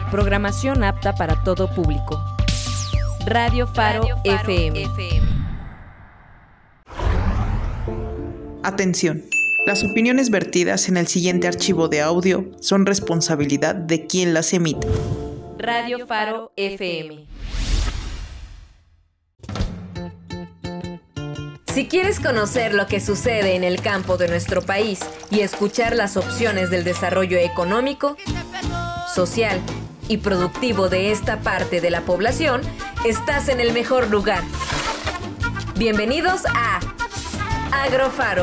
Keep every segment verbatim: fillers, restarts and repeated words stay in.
Programación apta para todo público. Radio Faro, Radio Faro F M. F M. Atención. Las opiniones vertidas en el siguiente archivo de audio son responsabilidad de quien las emite. Radio Faro F M. Si quieres conocer lo que sucede en el campo de nuestro país y escuchar las opciones del desarrollo económico, social y productivo de esta parte de la población, estás en el mejor lugar. Bienvenidos a Agrofaro.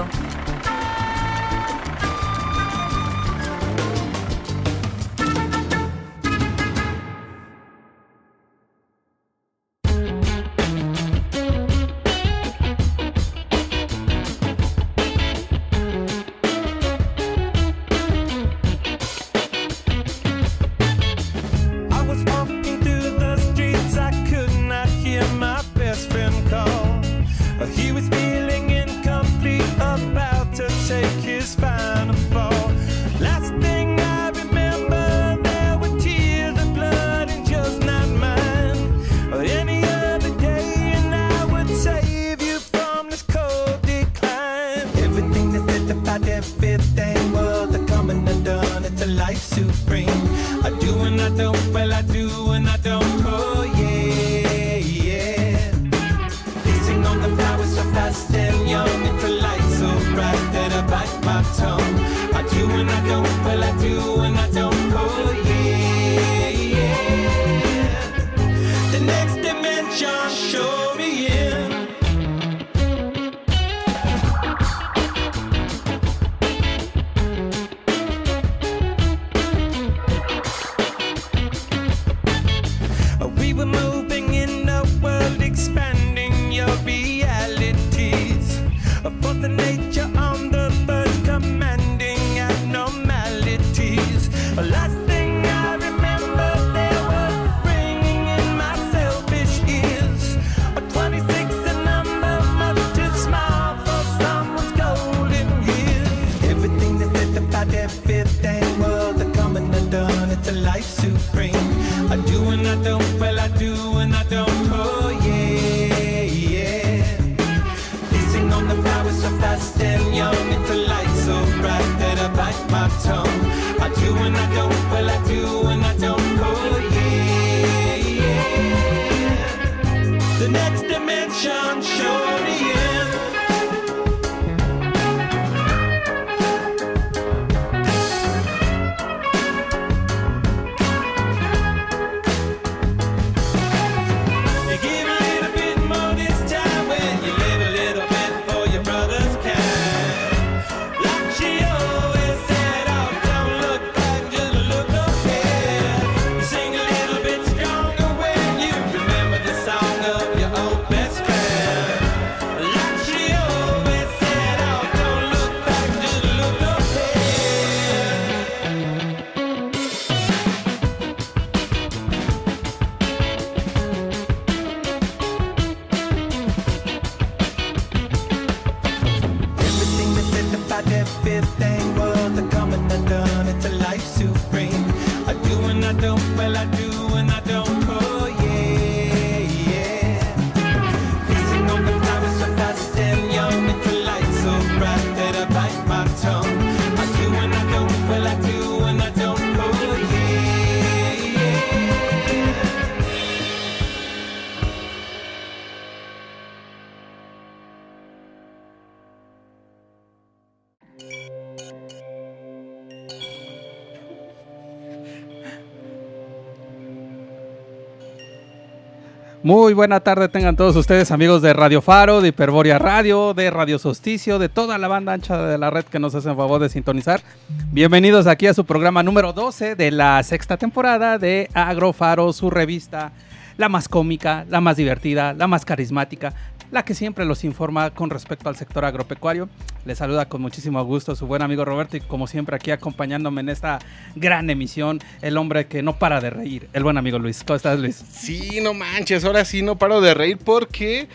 Muy buena tarde tengan todos ustedes, amigos de Radio Faro, de Hiperborea Radio, de Radio Solsticio, de toda la banda ancha de la red que nos hacen favor de sintonizar. Bienvenidos aquí a su programa número doce de la sexta temporada de Agrofaro, su revista, la más cómica, la más divertida, la más carismática, la que siempre los informa con respecto al sector agropecuario. Les saluda con muchísimo gusto su buen amigo Roberto y como siempre aquí acompañándome en esta gran emisión, el hombre que no para de reír, el buen amigo Luis. ¿Cómo estás, Luis? Sí, no manches, ahora sí no paro de reír porque...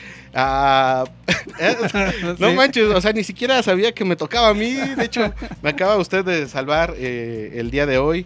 Uh, no sí. manches, o sea, ni siquiera sabía que me tocaba a mí. De hecho, me acaba usted de salvar eh, el día de hoy.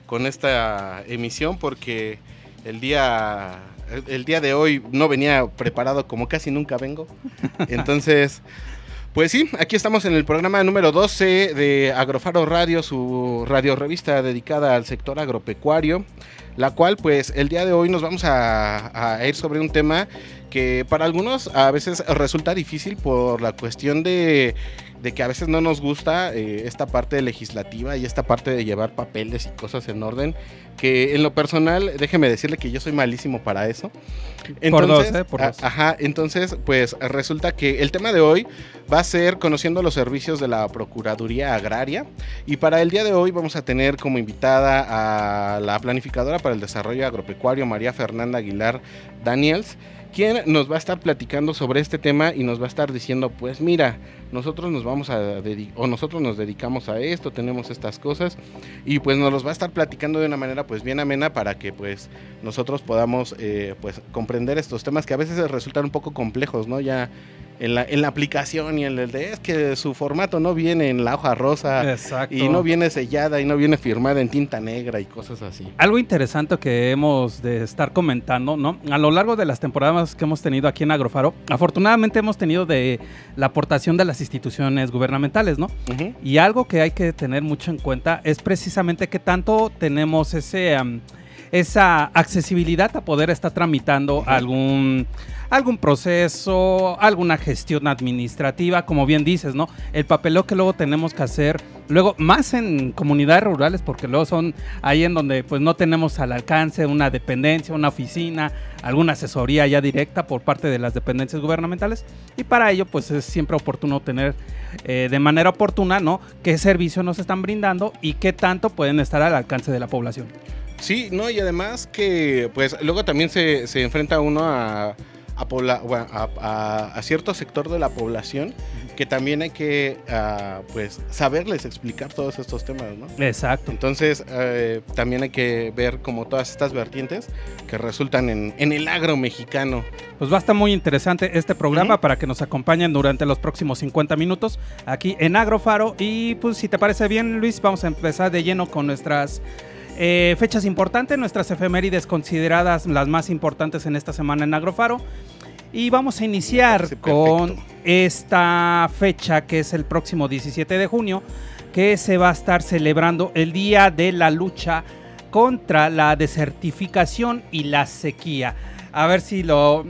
con esta emisión porque el día, el, el día de hoy no venía preparado como casi nunca vengo. Entonces, pues sí, aquí estamos en el programa número doce de Agrofaro Radio, su radio revista dedicada al sector agropecuario, la cual pues el día de hoy nos vamos a, a ir sobre un tema que para algunos a veces resulta difícil por la cuestión de, de que a veces no nos gusta eh, esta parte legislativa y esta parte de llevar papeles y cosas en orden, que en lo personal, déjeme decirle que yo soy malísimo para eso. Entonces, por dos, ¿eh? Por dos. A, ajá, entonces pues resulta que el tema de hoy va a ser conociendo los servicios de la Procuraduría Agraria, y para el día de hoy vamos a tener como invitada a la planificadora para el desarrollo agropecuario, María Fernanda Aguilar Daniels, quien nos va a estar platicando sobre este tema y nos va a estar diciendo, pues mira, nosotros nos vamos a dedicar, o nosotros nos dedicamos a esto, tenemos estas cosas, y pues nos los va a estar platicando de una manera pues bien amena para que pues nosotros podamos eh, pues comprender estos temas que a veces resultan un poco complejos, ¿no? Ya en la, en la aplicación y en el de es que su formato no viene en la hoja rosa. Exacto. Y no viene sellada y no viene firmada en tinta negra y cosas así. Algo interesante que hemos de estar comentando, ¿no? A lo largo de las temporadas que hemos tenido aquí en Agrofaro, afortunadamente hemos tenido de la aportación de las instituciones gubernamentales, ¿no? Uh-huh. Y algo que hay que tener mucho en cuenta es precisamente que tanto tenemos ese, um, esa accesibilidad a poder estar tramitando uh-huh. algún... algún proceso, alguna gestión administrativa, como bien dices, ¿no? El papeleo que luego tenemos que hacer, luego más en comunidades rurales, porque luego son ahí en donde pues no tenemos al alcance una dependencia, una oficina, alguna asesoría ya directa por parte de las dependencias gubernamentales, y para ello pues es siempre oportuno tener eh, de manera oportuna, ¿no? Qué servicios nos están brindando y qué tanto pueden estar al alcance de la población. Sí, no, y además que pues luego también se, se enfrenta uno a A, pobla, a, a, a cierto sector de la población que también hay que uh, pues saberles explicar todos estos temas, ¿no? Exacto. Entonces eh, también hay que ver como todas estas vertientes que resultan en, en el agro mexicano. Pues va a estar muy interesante este programa uh-huh. para que nos acompañen durante los próximos cincuenta minutos aquí en Agrofaro, y pues si te parece bien, Luis, vamos a empezar de lleno con nuestras Eh, fechas importantes, nuestras efemérides consideradas las más importantes en esta semana en Agrofaro, y vamos a iniciar sí, con esta fecha que es el próximo diecisiete de junio, que se va a estar celebrando el Día de la Lucha contra la Desertificación y la Sequía. A ver si lo,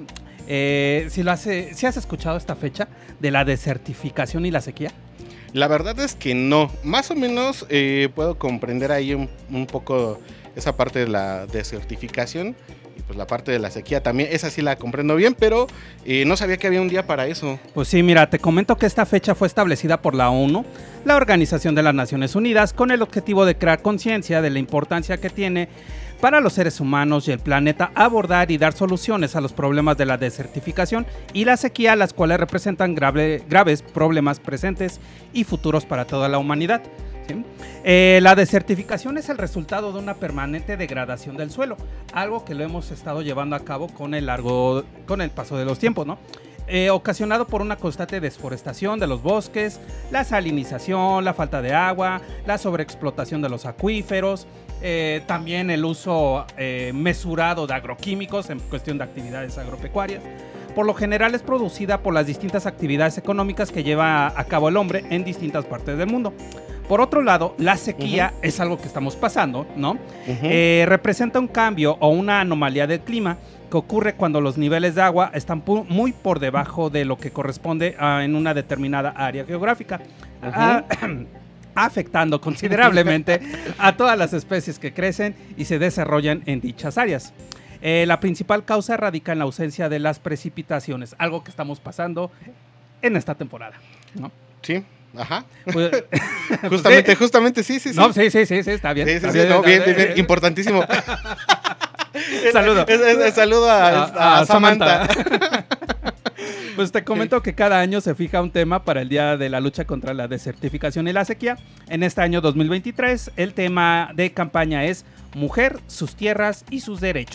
eh, si lo hace, si has escuchado esta fecha de la desertificación y la sequía. La verdad es que no, más o menos eh, puedo comprender ahí un, un poco esa parte de la desertificación y pues la parte de la sequía también, esa sí la comprendo bien, pero eh, no sabía que había un día para eso. Pues sí, mira, te comento que esta fecha fue establecida por la ONU, la Organización de las Naciones Unidas, con el objetivo de crear conciencia de la importancia que tiene para los seres humanos y el planeta abordar y dar soluciones a los problemas de la desertificación y la sequía, las cuales representan grave, graves problemas presentes y futuros para toda la humanidad. ¿Sí? Eh, la desertificación es el resultado de una permanente degradación del suelo, algo que lo hemos estado llevando a cabo con el, largo, con el paso de los tiempos, ¿no? Eh, ocasionado por una constante desforestación de los bosques, la salinización, la falta de agua, la sobreexplotación de los acuíferos, eh, también el uso eh, mesurado de agroquímicos en cuestión de actividades agropecuarias. Por lo general es producida por las distintas actividades económicas que lleva a cabo el hombre en distintas partes del mundo. Por otro lado, la sequía uh-huh. es algo que estamos pasando, ¿no? Uh-huh. Eh, representa un cambio o una anomalía del clima que ocurre cuando los niveles de agua están pu- muy por debajo de lo que corresponde a, en una determinada área geográfica, uh-huh. a, afectando considerablemente a todas las especies que crecen y se desarrollan en dichas áreas. Eh, la principal causa radica en la ausencia de las precipitaciones, algo que estamos pasando en esta temporada, ¿no? Sí. Ajá. Pues, justamente, sí. justamente, sí, sí, sí. No, sí, sí, sí, sí, está bien. Sí, sí, está sí, bien, no, está bien, bien, bien, bien, importantísimo. Saludo. Es, es, es, saludo a, a, a Samantha. Samantha. Pues te comento sí. que cada año se fija un tema para el Día de la Lucha contra la Desertificación y la Sequía. En este año dos mil veintitrés, el tema de campaña es Mujer, sus tierras y sus derechos.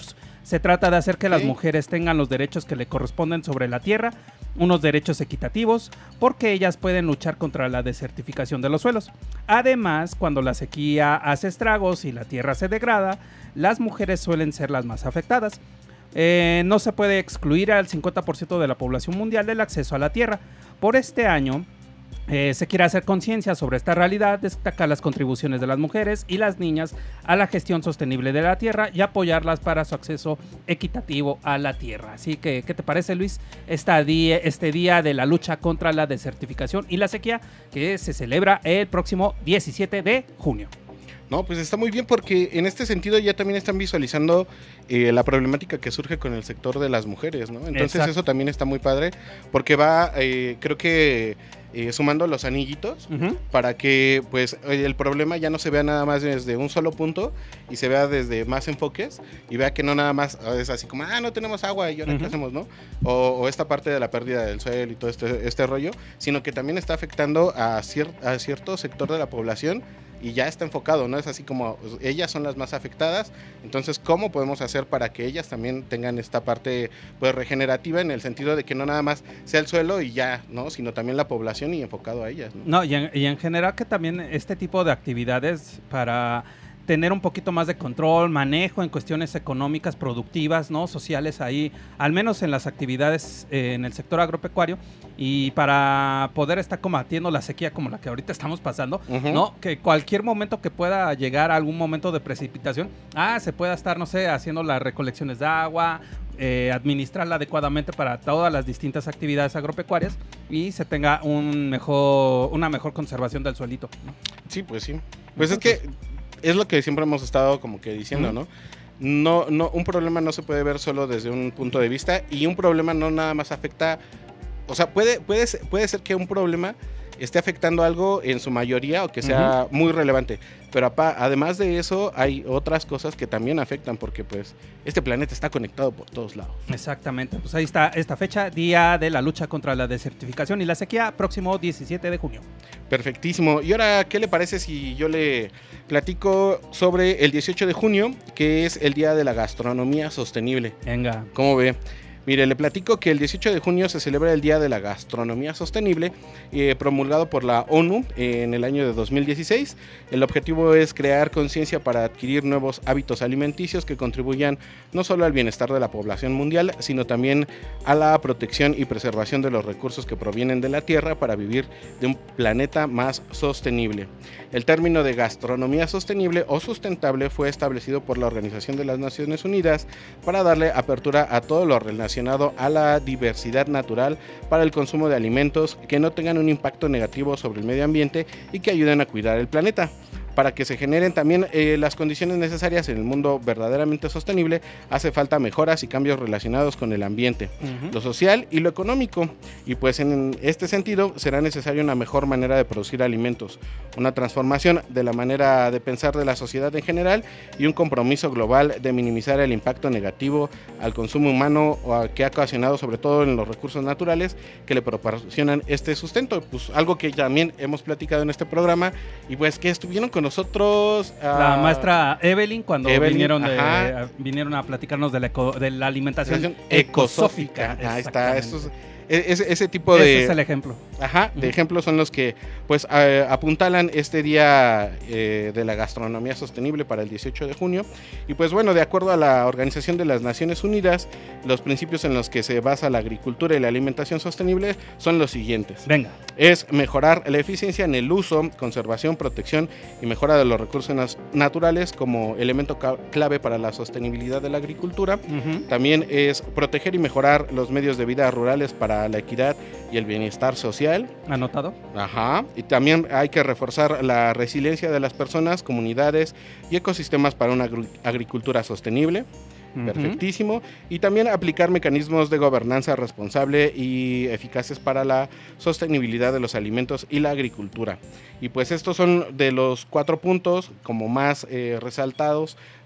Se trata de hacer que Sí. las mujeres tengan los derechos que le corresponden sobre la tierra, unos derechos equitativos, porque ellas pueden luchar contra la desertificación de los suelos. Además, cuando la sequía hace estragos y la tierra se degrada, las mujeres suelen ser las más afectadas. Eh, no se puede excluir al cincuenta por ciento de la población mundial del acceso a la tierra. Por este año, Eh, se quiere hacer conciencia sobre esta realidad, destacar las contribuciones de las mujeres y las niñas a la gestión sostenible de la tierra y apoyarlas para su acceso equitativo a la tierra. Así que, ¿qué te parece, Luis? Esta día, este día de la lucha contra la desertificación y la sequía que se celebra el próximo diecisiete de junio. No, pues está muy bien porque en este sentido ya también están visualizando eh, la problemática que surge con el sector de las mujeres, ¿no? Entonces Exacto. eso también está muy padre porque va, eh, creo que eh, sumando los anillitos Uh-huh. para que pues el problema ya no se vea nada más desde un solo punto y se vea desde más enfoques y vea que no nada más es así como, ah, no tenemos agua y ahora Uh-huh. qué hacemos, ¿no? O, o esta parte de la pérdida del suelo y todo este, este rollo, sino que también está afectando a, cier- a cierto sector de la población y ya está enfocado, ¿no? Es así como pues, ellas son las más afectadas, entonces ¿cómo podemos hacer para que ellas también tengan esta parte pues regenerativa en el sentido de que no nada más sea el suelo y ya, ¿no? Sino también la población y enfocado a ellas, ¿no? No, y en, y en general que también este tipo de actividades para tener un poquito más de control, manejo en cuestiones económicas, productivas, ¿no? Sociales ahí, al menos en las actividades eh, en el sector agropecuario, y para poder estar combatiendo la sequía como la que ahorita estamos pasando, Ujú. ¿no? Que cualquier momento que pueda llegar a algún momento de precipitación, ah, se pueda estar, no sé, haciendo las recolecciones de agua, eh, administrarla adecuadamente para todas las distintas actividades agropecuarias y se tenga un mejor, una mejor conservación del suelito, ¿no? Sí, pues sí. Pues es que es lo que siempre hemos estado como que diciendo, Ujú. ¿no? No, no, un problema no se puede ver solo desde un punto de vista y un problema no nada más afecta, o sea, puede, puede, ser- puede ser que un problema esté afectando algo en su mayoría o que sea muy relevante, pero apa- además de eso hay otras cosas que también afectan porque pues este planeta está conectado por todos lados. Exactamente, pues ahí está esta fecha, Día de la Lucha contra la Desertificación y la Sequía, próximo diecisiete de junio. Perfectísimo. Y ahora, ¿qué le parece si yo le platico sobre el dieciocho de junio, que es el Día de la Gastronomía Sostenible? Venga. ¿Cómo ve? Mire, le platico que el dieciocho de junio se celebra el Día de la Gastronomía Sostenible, eh, promulgado por la ONU en el año de dos mil dieciséis. El objetivo es crear conciencia para adquirir nuevos hábitos alimenticios que contribuyan no solo al bienestar de la población mundial, sino también a la protección y preservación de los recursos que provienen de la Tierra para vivir de un planeta más sostenible. El término de gastronomía sostenible o sustentable fue establecido por la Organización de las Naciones Unidas para darle apertura a todo lo relacionado a la diversidad natural para el consumo de alimentos que no tengan un impacto negativo sobre el medio ambiente y que ayuden a cuidar el planeta. Para que se generen también eh, las condiciones necesarias en el mundo verdaderamente sostenible, hace falta mejoras y cambios relacionados con el ambiente, Uh-huh. lo social y lo económico. Y pues en este sentido será necesaria una mejor manera de producir alimentos, una transformación de la manera de pensar de la sociedad en general y un compromiso global de minimizar el impacto negativo al consumo humano o a que ha ocasionado sobre todo en los recursos naturales que le proporcionan este sustento. Pues algo que también hemos platicado en este programa y pues que estuvieron con nosotros La ah, maestra Evelyn cuando Evelyn, vinieron, de- ajá. a- vinieron a platicarnos de la, eco- de la alimentación ecosófica. ecosófica. Ahí está, Exactamente. esos- e- ese, ese tipo de... Ese es el ejemplo. Ajá, de Ujú. ejemplos son los que pues eh, apuntalan este día eh, de la gastronomía sostenible para el dieciocho de junio. Y pues bueno, de acuerdo a la Organización de las Naciones Unidas, los principios en los que se basa la agricultura y la alimentación sostenible son los siguientes. Venga. Es mejorar la eficiencia en el uso, conservación, protección y mejora de los recursos nas- naturales como elemento ca- clave para la sostenibilidad de la agricultura. Ujú. También es proteger y mejorar los medios de vida rurales para la equidad y el bienestar social. ¿Anotado? Ajá. Y también hay que reforzar la resiliencia de las personas, comunidades y ecosistemas para una agri- agricultura sostenible. Ujú. Perfectísimo. Y también aplicar mecanismos de gobernanza responsable y eficaces para la sostenibilidad de los alimentos y la agricultura. Y pues estos son de los cuatro puntos como más eh, resaltados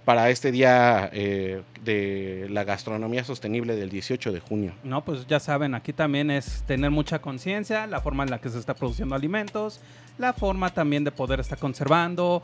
para este día eh, de la gastronomía sostenible del dieciocho de junio? No, pues ya saben, aquí también es tener mucha conciencia, la forma en la que se está produciendo alimentos, la forma también de poder estar conservando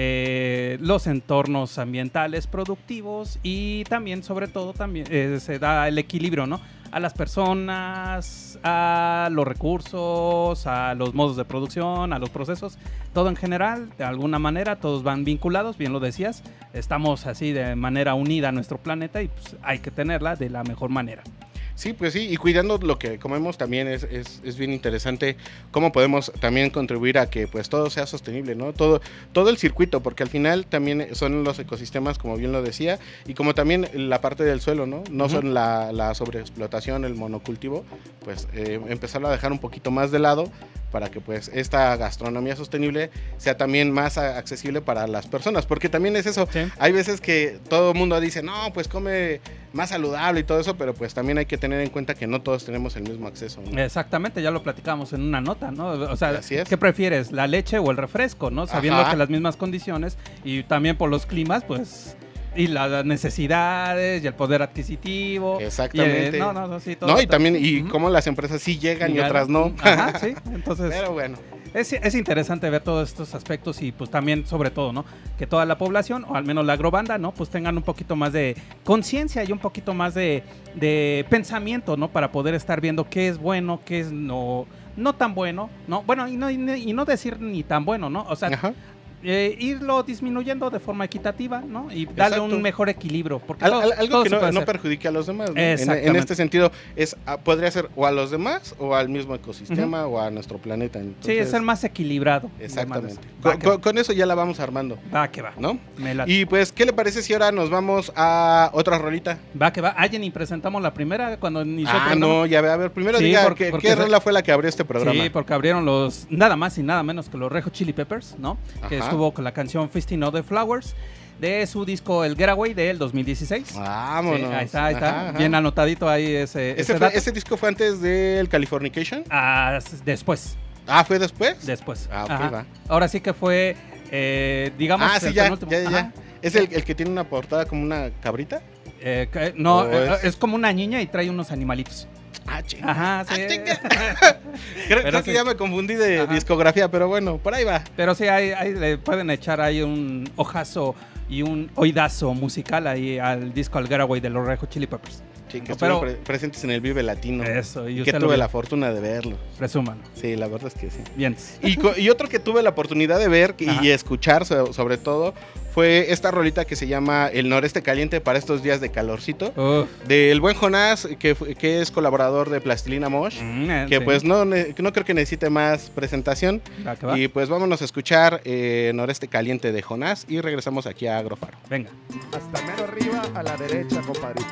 eh, los entornos ambientales productivos y también, sobre todo, también eh, se da el equilibrio, ¿no? A las personas, a los recursos, a los modos de producción, a los procesos, todo en general, de alguna manera, todos van vinculados, bien lo decías, estamos así de manera unida a nuestro planeta y pues hay que tenerla de la mejor manera. Sí, pues sí, y cuidando lo que comemos también es, es, es bien interesante cómo podemos también contribuir a que pues todo sea sostenible, ¿no? Todo, todo el circuito, porque al final también son los ecosistemas, como bien lo decía, y como también la parte del suelo, ¿no? No uh-huh. son la, la sobreexplotación, el monocultivo, pues eh, empezarlo a dejar un poquito más de lado para que pues esta gastronomía sostenible sea también más a, accesible para las personas, porque también es eso, sí. Hay veces que todo el mundo dice, no, pues come más saludable y todo eso, pero pues también hay que tener en cuenta que no todos tenemos el mismo acceso, ¿no? Exactamente, ya lo platicamos en una nota, ¿no? O sea, ¿qué prefieres, la leche o el refresco, no? Sabiendo Ajá. que las mismas condiciones y también por los climas, pues... y las necesidades y el poder adquisitivo. Exactamente. Y, eh, no, no, no, sí, todo, no, y todo. también, y uh-huh. cómo las empresas sí llegan y, y otras no. Ajá, sí, entonces... Pero bueno. Es, es interesante ver todos estos aspectos y pues también, sobre todo, ¿no? Que toda la población, o al menos la agrobanda, ¿no? Pues tengan un poquito más de conciencia y un poquito más de, de pensamiento, ¿no? Para poder estar viendo qué es bueno, qué es no, no tan bueno, ¿no? Bueno, y no, y, y no decir ni tan bueno, ¿no? O sea... Ajá. Eh, irlo disminuyendo de forma equitativa, ¿no? Y darle Exacto. un mejor equilibrio. Porque Al, todo, al, algo todo que no, no perjudique a los demás, ¿no? En, en este sentido, es a, podría ser o a los demás o al mismo ecosistema uh-huh. o a nuestro planeta. Entonces, sí, es ser más equilibrado. Exactamente. Con, con, con eso ya la vamos armando. Va que va. ¿No? Y pues, ¿qué le parece si ahora nos vamos a otra rolita? Va que va. Ah, ya ni presentamos la primera cuando inició Ah, no, ya ve. A ver, primero sí, diga porque, ¿qué, qué rola fue la que abrió este programa? Sí, porque abrieron los, nada más y nada menos que los Red Hot Chili Peppers, ¿no? Ajá. Que estuvo con la canción Feasting of the Flowers de su disco El Getaway del dos mil dieciséis. Vámonos. Sí, ahí está, ahí está. Ajá, ajá. Bien anotadito ahí ese, ¿Ese, ese, fue, ¿Ese disco fue antes del Californication? Ah, después. Ah, ¿fue después? Después. Ah, ok, va. Ahora sí que fue, eh, digamos... Ah, sí, ya, ya, ya, ya. ¿Es el, el que tiene una portada como una cabrita? Eh, que, no, es... es como una niña y trae unos animalitos. Ah, chinga. Ajá, sí. Ah, creo, creo sí. que ya me confundí de Ajá. discografía, pero bueno, por ahí va. Pero sí, ahí, ahí le pueden echar ahí un ojazo y un oidazo musical ahí al disco Al Getaway de los Red Hot Chili Peppers. Sí, que pero, pre presentes en el Vive Latino. Eso. Y que tuve la fortuna de verlo. Presuman. Sí, la verdad es que sí. Bien. Y, y otro que tuve la oportunidad de ver y, y escuchar so, sobre todo fue esta rolita que se llama El Noreste Caliente para estos días de calorcito. Uf. Del buen Jonás, que, que es colaborador de Plastilina Mosh. Mm, que sí. pues no, no creo que necesite más presentación. Va, va. Y pues vámonos a escuchar eh, Noreste Caliente de Jonás y regresamos aquí a Agrofaro. Venga. Hasta mero arriba a la derecha, compadrito.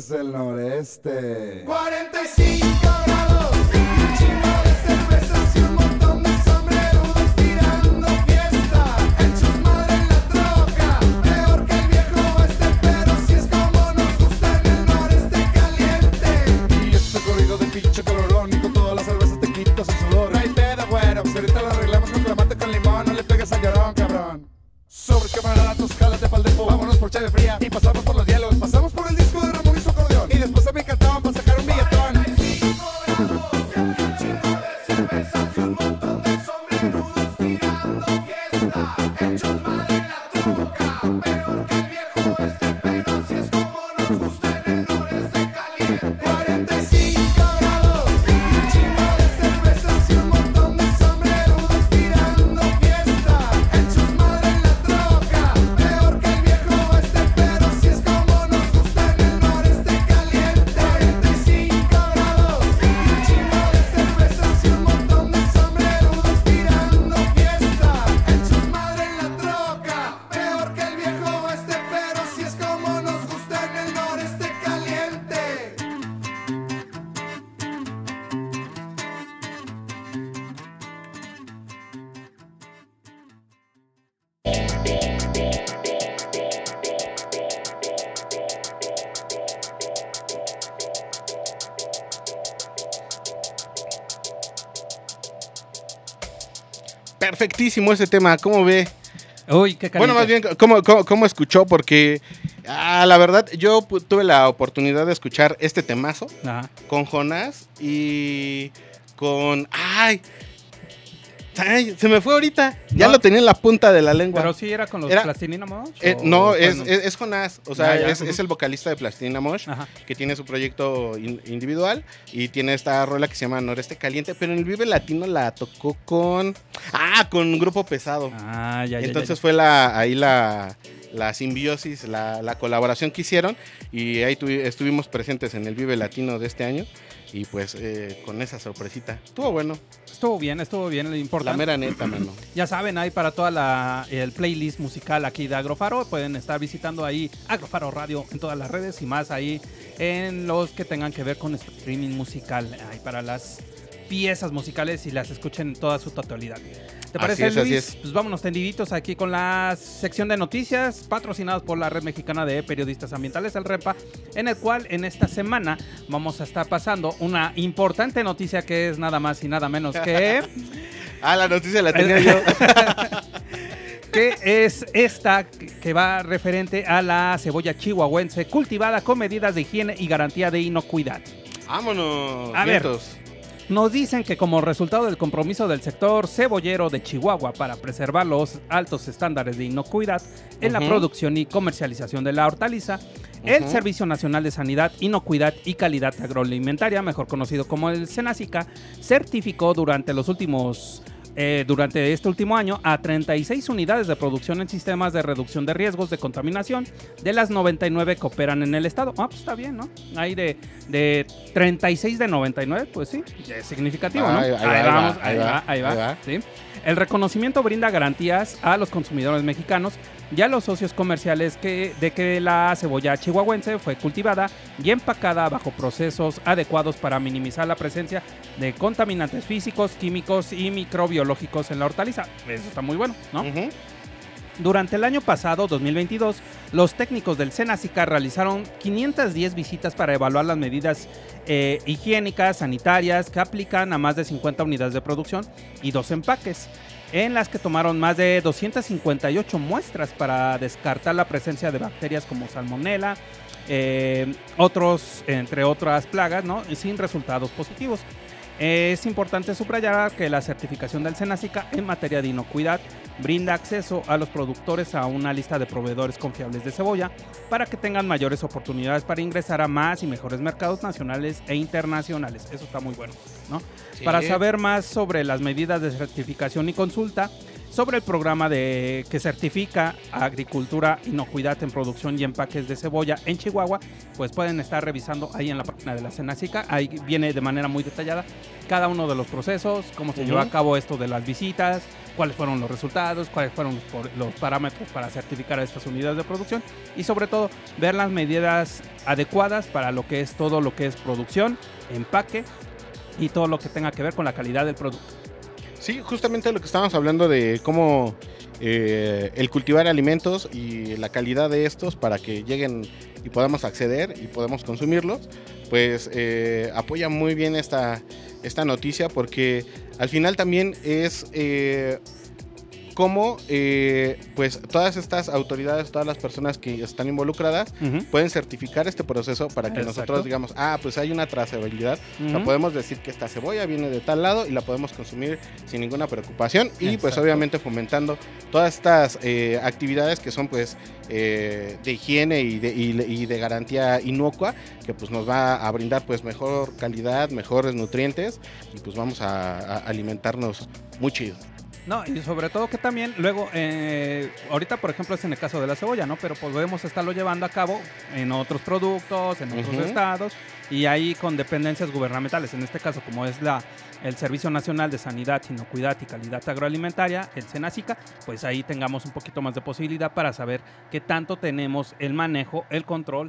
desde el noreste. cuarenta y cinco grados, un chingo de cervezas y un montón de sombrerudos tirando fiesta. Hechos madre en la troca, peor que el viejo oeste, pero si es como nos gusta en el noreste caliente. Y este corrido de pinche colorón y con todas las cervezas te quitas el sudor. No hay pedo, güero, pues ahorita lo arreglamos con clamate con limón. No le pegues al llorón, cabrón. Sobre camarada, tus calas de paldepo. Vámonos por chave fría y pasamos por los hielos. Pasamos por el disco de Ramón y su acordeón. Y después a mi cantón para sacar un billetón. Perfectísimo ese tema, ¿cómo ve? Uy, qué caliente. Bueno, más bien, ¿cómo, cómo, cómo escuchó? Porque, ah, la verdad, yo pu- tuve la oportunidad de escuchar este temazo Ajá. con Jonás y con... ¡Ay! Ay, se me fue ahorita. Ya No. lo tenía en la punta de la lengua. Pero sí era con los Era- Plastilina Mosh. Eh, ¿o no, fue es, en- es, es Jonás, o sea, Ah, ya. es, es el vocalista de Plastilina Mosh, Ajá. que tiene su proyecto in- individual y tiene esta rola que se llama Noreste Caliente, pero en el Vive Latino la tocó con... Ah, con un Grupo Pesado. Ah, ya, ya. Entonces ya, fue la ahí la, la simbiosis, la, la colaboración que hicieron y ahí tuvi- estuvimos presentes en el Vive Latino de este año y pues eh, con esa sorpresita. Estuvo bueno, ya. Estuvo bien, estuvo bien, lo la importante. mera neta, mano. Ya saben, ahí para toda la el playlist musical aquí de Agrofaro, pueden estar visitando ahí Agrofaro Radio en todas las redes y más ahí en los que tengan que ver con streaming musical, ahí para las piezas musicales y las escuchen en toda su totalidad. ¿Te parece, Así es, Luis? así es. Pues vámonos tendiditos aquí con la sección de noticias patrocinadas por la Red Mexicana de Periodistas Ambientales, el REPA, en el cual en esta semana vamos a estar pasando una importante noticia que es nada más y nada menos que... Ah, la noticia la tenía yo. que es esta que va referente a la cebolla chihuahuense cultivada con medidas de higiene y garantía de inocuidad. Vámonos. A ver. vientos. Nos dicen que como resultado del compromiso del sector cebollero de Chihuahua para preservar los altos estándares de inocuidad en la Ujú. producción y comercialización de la hortaliza, el Ujú. Servicio Nacional de Sanidad, Inocuidad y Calidad Agroalimentaria, mejor conocido como el SENASICA, certificó durante los últimos eh, durante este último año a treinta y seis unidades de producción en sistemas de reducción de riesgos de contaminación de las noventa y nueve que operan en el estado. Ah, pues está bien, ¿no? Ahí de, de treinta y seis de noventa y nueve, pues sí, ya es significativo, ¿no? Ahí va, ahí va, ahí vamos, va, ahí va, ahí va, ahí va. ¿sí? El reconocimiento brinda garantías a los consumidores mexicanos y a los socios comerciales que, de que la cebolla chihuahuense fue cultivada y empacada bajo procesos adecuados para minimizar la presencia de contaminantes físicos, químicos y microbiológicos en la hortaliza. Eso está muy bueno, ¿no? Ujú. Durante el año pasado, dos mil veintidós, los técnicos del SENASICA realizaron quinientas diez visitas para evaluar las medidas eh, higiénicas, sanitarias que aplican a más de cincuenta unidades de producción y dos empaques, en las que tomaron más de doscientas cincuenta y ocho muestras para descartar la presencia de bacterias como salmonela, eh, otros, entre otras plagas, ¿no? Y sin resultados positivos. Es importante subrayar que la certificación del SENASICA en materia de inocuidad brinda acceso a los productores a una lista de proveedores confiables de cebolla para que tengan mayores oportunidades para ingresar a más y mejores mercados nacionales e internacionales. Eso está muy bueno, ¿no? Sí. Para saber más sobre las medidas de certificación y consulta, sobre el programa de que certifica agricultura, inocuidad en producción y empaques de cebolla en Chihuahua. Pues pueden estar revisando ahí en la página de la Senacica. Ahí viene de manera muy detallada cada uno de los procesos, cómo se uh-huh. llevó a cabo esto de las visitas, cuáles fueron los resultados, cuáles fueron los, los parámetros para certificar a estas unidades de producción y sobre todo ver las medidas adecuadas para lo que es todo lo que es producción, empaque y todo lo que tenga que ver con la calidad del producto. Sí, justamente lo que estábamos hablando de cómo eh, el cultivar alimentos y la calidad de estos para que lleguen y podamos acceder y podamos consumirlos, pues eh, apoya muy bien esta, esta noticia porque al final también es eh, cómo eh, pues todas estas autoridades, todas las personas que están involucradas uh-huh. pueden certificar este proceso para que Exacto. nosotros digamos, ah, pues hay una trazabilidad, uh-huh. o sea, podemos decir que esta cebolla viene de tal lado y la podemos consumir sin ninguna preocupación y Exacto. pues obviamente fomentando todas estas eh, actividades que son pues eh, de higiene y de, y, y de garantía inocua que pues nos va a brindar pues mejor calidad, mejores nutrientes y pues vamos a, a alimentarnos muy chido. No, y sobre todo que también luego, eh, ahorita por ejemplo es en el caso de la cebolla, ¿no? Pero podemos estarlo llevando a cabo en otros productos, en otros uh-huh. estados y ahí con dependencias gubernamentales, en este caso como es la el Servicio Nacional de Sanidad, Inocuidad y Calidad Agroalimentaria, el Senacica, pues ahí tengamos un poquito más de posibilidad para saber qué tanto tenemos el manejo, el control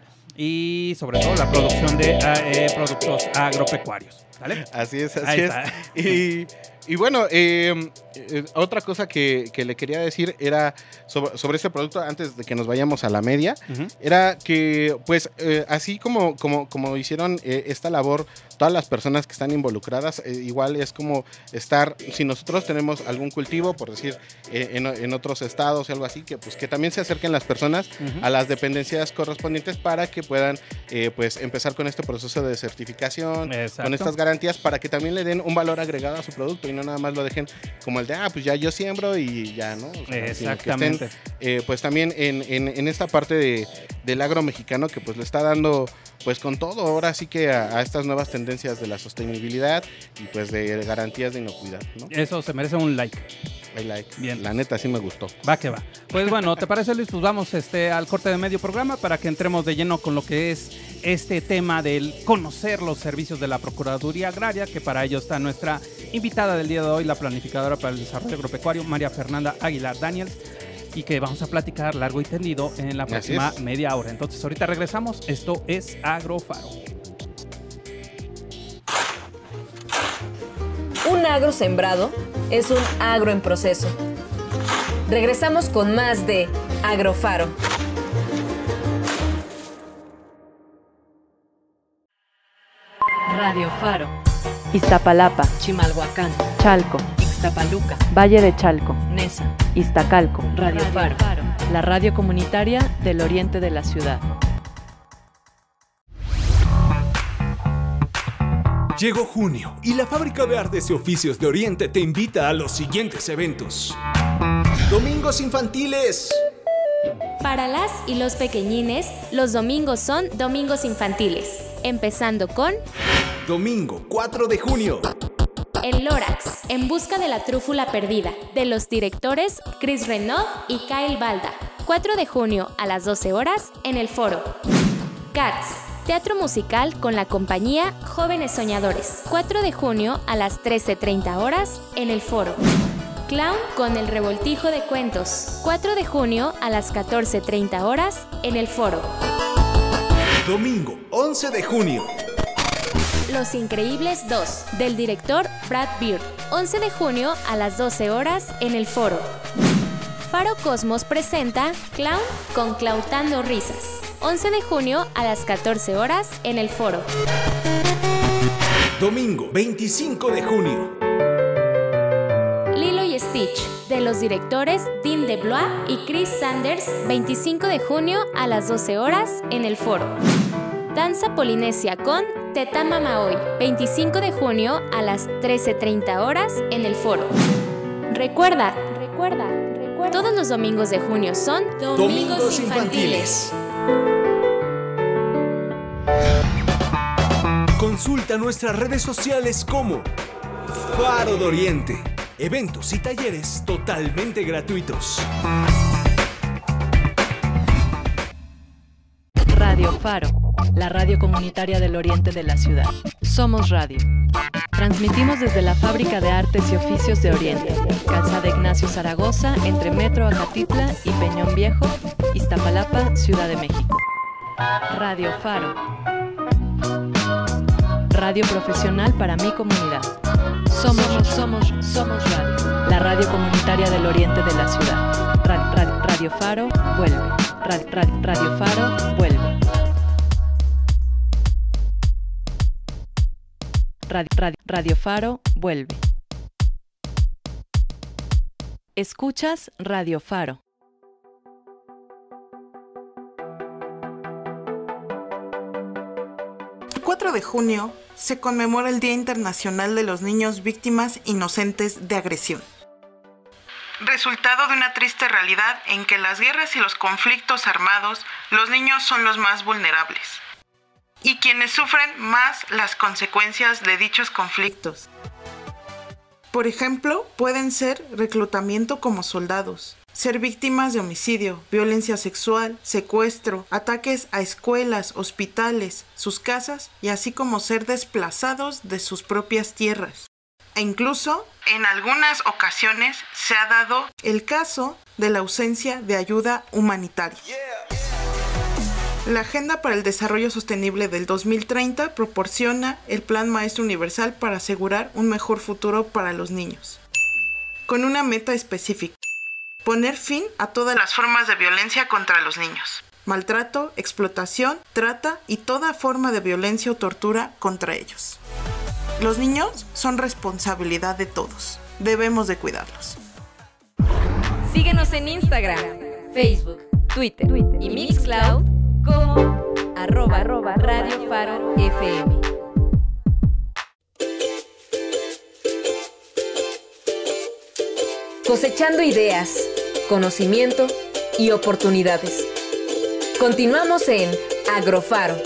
y sobre todo la producción de eh, productos agropecuarios. ¿Vale? Así es, así es. Y, y bueno, eh, eh, otra cosa que, que le quería decir era sobre, sobre este producto, antes de que nos vayamos a la media, uh-huh. era que pues eh, así como, como, como hicieron eh, esta labor todas las personas que están involucradas, eh, igual es como estar, si nosotros tenemos algún cultivo, por decir, eh, en, en otros estados o algo así, que pues que también se acerquen las personas uh-huh. a las dependencias correspondientes para que puedan eh, pues empezar con este proceso de certificación, Exacto. con estas garantías para que también le den un valor agregado a su producto y no nada más lo dejen como el de, ah, pues ya yo siembro y ya, ¿no? O sea, Exactamente. Estén, eh, pues también en, en, en esta parte de, del agro mexicano que pues le está dando pues con todo ahora sí que a, a estas nuevas tendencias de la sostenibilidad y pues de garantías de inocuidad, ¿no? Eso se merece un like. I like. Bien. La neta sí me gustó. Va que va. Pues bueno, ¿te parece, Luis? Pues vamos este, al corte de medio programa para que entremos de lleno con lo que es este tema del conocer los servicios de la Procuraduría Agraria, que para ello está nuestra invitada del día de hoy, la planificadora para el desarrollo agropecuario, María Fernanda Aguilar Daniels, y que vamos a platicar largo y tendido en la próxima media hora. Entonces, ahorita regresamos. Esto es Agrofaro. Un agro sembrado es un agro en proceso. Regresamos con más de Agrofaro. Radio Faro. Iztapalapa, Chimalhuacán, Chalco, Ixtapaluca, Valle de Chalco, Nesa, Iztacalco. Radio Faro, la radio comunitaria del oriente de la ciudad. Llegó junio y la Fábrica de Artes y Oficios de Oriente te invita a los siguientes eventos. Domingos infantiles. Para las y los pequeñines, los domingos son domingos infantiles, empezando con Domingo cuatro de junio. El Lorax, en busca de la trúfula perdida, de los directores Chris Renaud y Kyle Balda. cuatro de junio a las doce horas en el Foro. Cats, teatro musical con la compañía Jóvenes Soñadores. cuatro de junio a las trece treinta horas en el Foro. Clown con el Revoltijo de Cuentos. cuatro de junio a las catorce treinta horas en el Foro. Domingo once de junio. Los Increíbles dos, del director Brad Bird. once de junio a las doce horas en el Foro. Faro Cosmos presenta Clown con Clautando Risas. once de junio a las catorce horas en el Foro. Domingo veinticinco de junio. Lilo y Stitch, de los directores Dean DeBlois y Chris Sanders. veinticinco de junio a las doce horas en el Foro. Danza Polinesia con Tetama Maoi. veinticinco de junio a las trece treinta horas en el Foro. Recuerda, recuerda, recuerda. Todos los domingos de junio son Domingos, domingos infantiles. Consulta nuestras redes sociales como Faro de Oriente. Eventos y talleres totalmente gratuitos. Radio Faro, la radio comunitaria del oriente de la ciudad. Somos radio. Transmitimos desde la Fábrica de Artes y Oficios de Oriente, Calzada Ignacio Zaragoza, entre Metro Acatitla y Peñón Viejo, Iztapalapa, Ciudad de México. Radio Faro. Radio profesional para mi comunidad. Somos, somos, somos radio. La radio comunitaria del oriente de la ciudad. Ra- ra- Radio Faro, vuelve. Ra- ra- Radio Faro, vuelve. Radio, radio, Radio Faro, vuelve. Escuchas Radio Faro. El cuatro de junio se conmemora el Día Internacional de los Niños Víctimas Inocentes de Agresión. Resultado de una triste realidad en que en las guerras y los conflictos armados, los niños son los más vulnerables y quienes sufren más las consecuencias de dichos conflictos. Por ejemplo, pueden ser reclutamiento como soldados, ser víctimas de homicidio, violencia sexual, secuestro, ataques a escuelas, hospitales, sus casas y así como ser desplazados de sus propias tierras. E incluso, en algunas ocasiones, se ha dado el caso de la ausencia de ayuda humanitaria. La Agenda para el Desarrollo Sostenible del dos mil treinta proporciona el Plan Maestro Universal para asegurar un mejor futuro para los niños, con una meta específica: poner fin a todas las formas de violencia contra los niños, maltrato, explotación, trata y toda forma de violencia o tortura contra ellos. Los niños son responsabilidad de todos. Debemos de cuidarlos. Síguenos en Instagram, Facebook, Twitter y Mixcloud como arroba, arroba Radio Faro F M. Cosechando ideas, conocimiento y oportunidades. Continuamos en Agrofaro.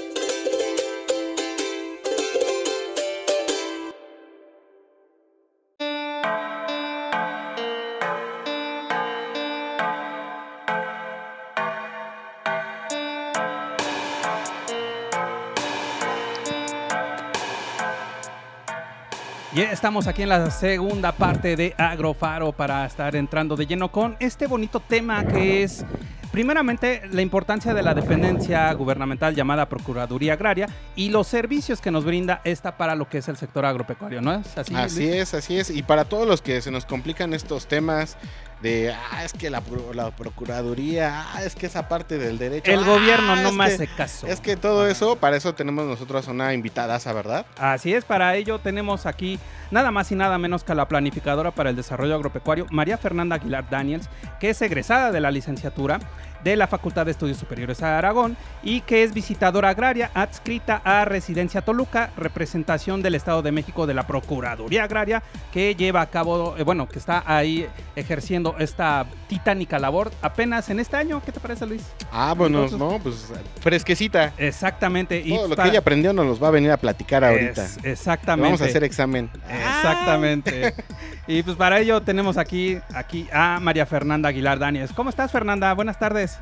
Y estamos aquí en la segunda parte de Agrofaro para estar entrando de lleno con este bonito tema que es, primeramente, la importancia de la dependencia gubernamental llamada Procuraduría Agraria y los servicios que nos brinda esta para lo que es el sector agropecuario, ¿no es así? Así Luis? es, así es. Y para todos los que se nos complican estos temas de, ah, es que la, la Procuraduría, ah, es que esa parte del derecho. El ah, gobierno no es me que, hace caso. Es que todo eso, para eso tenemos nosotros una invitadaza, ¿verdad? Así es, para ello tenemos aquí nada más y nada menos que a la planificadora para el desarrollo agropecuario, María Fernanda Aguilar Daniels, que es egresada de la licenciatura de la Facultad de Estudios Superiores de Aragón y que es visitadora agraria adscrita a Residencia Toluca, representación del Estado de México de la Procuraduría Agraria, que lleva a cabo, eh, bueno, que está ahí ejerciendo esta titánica labor apenas en este año. ¿Qué te parece, Luis? Ah, bueno, Entonces, no, pues fresquecita. Exactamente. Todo y lo para... que ella aprendió nos los va a venir a platicar ahorita. Es, exactamente. Le vamos a hacer examen. Exactamente. Y pues para ello tenemos aquí, aquí a María Fernanda Aguilar Daniels. ¿Cómo estás, Fernanda? Buenas tardes.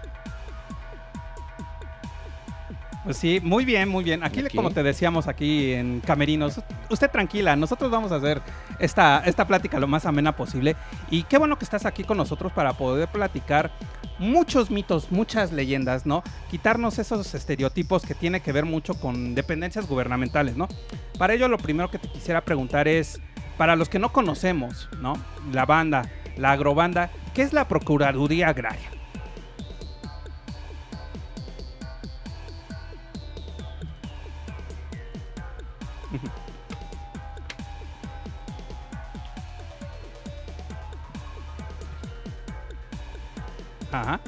Pues sí, muy bien, muy bien. Aquí, aquí, como te decíamos aquí en Camerinos, usted tranquila, nosotros vamos a hacer esta, esta plática lo más amena posible. Y qué bueno que estás aquí con nosotros para poder platicar muchos mitos, muchas leyendas, ¿no? Quitarnos esos estereotipos que tiene que ver mucho con dependencias gubernamentales, ¿no? Para ello, lo primero que te quisiera preguntar es, para los que no conocemos, ¿no? La banda, la agrobanda, ¿qué es la Procuraduría Agraria? Ajá.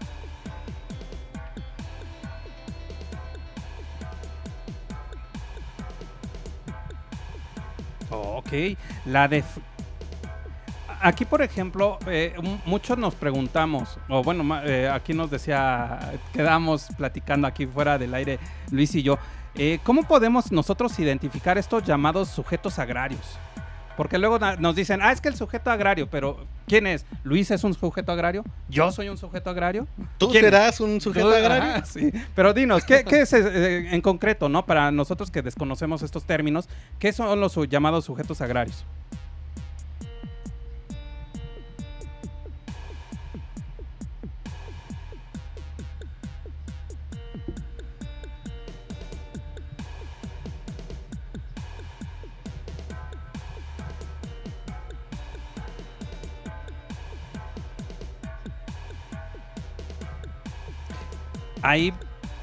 Ok, la de... Aquí, por ejemplo, eh, muchos nos preguntamos, o bueno, eh, aquí nos decía, quedamos platicando aquí fuera del aire, Luis y yo, eh, ¿cómo podemos nosotros identificar estos llamados sujetos agrarios? Porque luego na- nos dicen, ah, es que el sujeto agrario, pero ¿quién es? ¿Luis es un sujeto agrario? ¿Yo soy un sujeto agrario? ¿Tú ¿Quién serás es? un sujeto Tú- agrario? Ajá, sí. Pero dinos, ¿qué, qué es eh, en concreto, no? Para nosotros que desconocemos estos términos, ¿qué son los su- llamados sujetos agrarios? Ahí,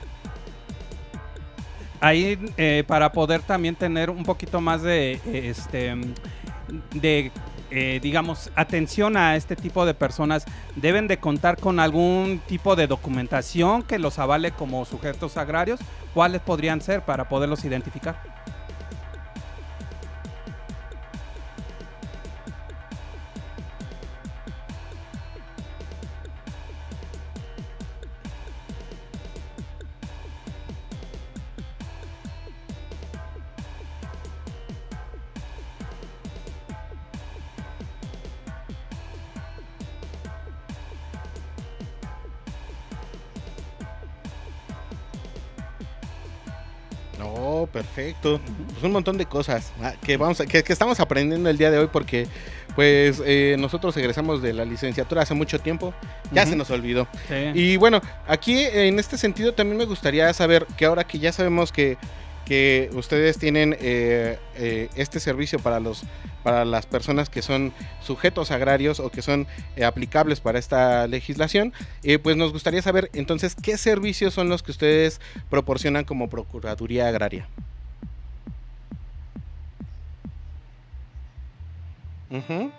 ahí eh, para poder también tener un poquito más de, eh, este, de eh, digamos, atención a este tipo de personas, deben de contar con algún tipo de documentación que los avale como sujetos agrarios. ¿Cuáles podrían ser para poderlos identificar? No, perfecto. Pues un montón de cosas ah, que vamos a, que, que estamos aprendiendo el día de hoy porque pues eh, nosotros egresamos de la licenciatura hace mucho tiempo, ya Ujú. se nos olvidó. Sí. Y bueno, aquí en este sentido también me gustaría saber que ahora que ya sabemos que, que ustedes tienen eh, eh, este servicio para los para las personas que son sujetos agrarios o que son eh, aplicables para esta legislación, eh, pues nos gustaría saber entonces qué servicios son los que ustedes proporcionan como Procuraduría Agraria. Ujú.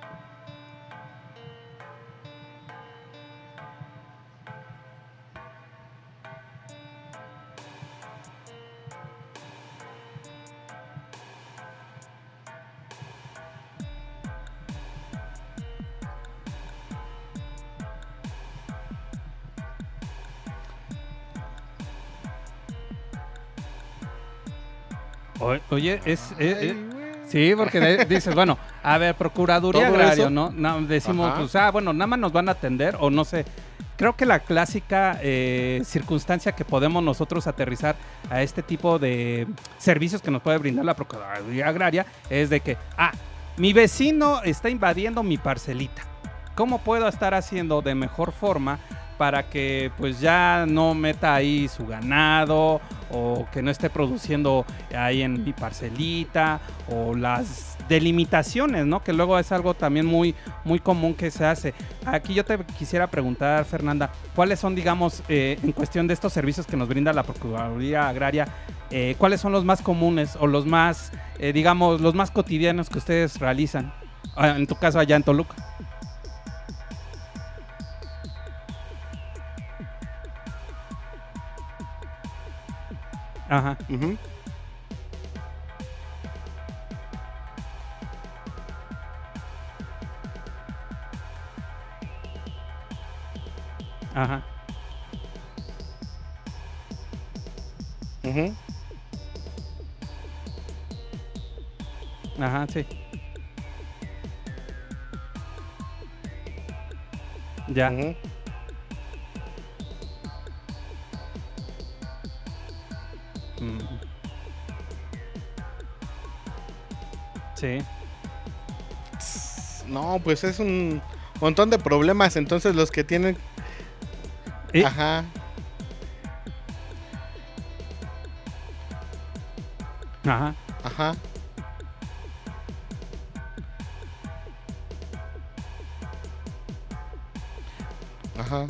O- Oye, es... eh, Ay, eh, güey. sí, porque de- dices, bueno, a ver, Procuraduría ¿Todo Agrario, eso? ¿no? Na- decimos, Ajá. pues, ah, bueno, nada más nos van a atender, o no sé. Creo que la clásica eh, circunstancia que podemos nosotros aterrizar a este tipo de servicios que nos puede brindar la Procuraduría Agraria es de que, ah, mi vecino está invadiendo mi parcelita. ¿Cómo puedo estar haciendo de mejor forma para que pues ya no meta ahí su ganado o que no esté produciendo ahí en mi parcelita, o las delimitaciones, ¿no? Que luego es algo también muy, muy común que se hace. Aquí yo te quisiera preguntar, Fernanda, ¿cuáles son, digamos, eh, en cuestión de estos servicios que nos brinda la Procuraduría Agraria, eh, cuáles son los más comunes o los más, eh, digamos, los más cotidianos que ustedes realizan? Ah, en tu caso allá en Toluca. Ajá. Ujú. Ajá. Ujú. Ajá, sí. Ya. Ujú. Mm. Sí. No, pues es un montón de problemas entonces los que tienen. Y- Ajá. Ajá. Ajá. Ajá.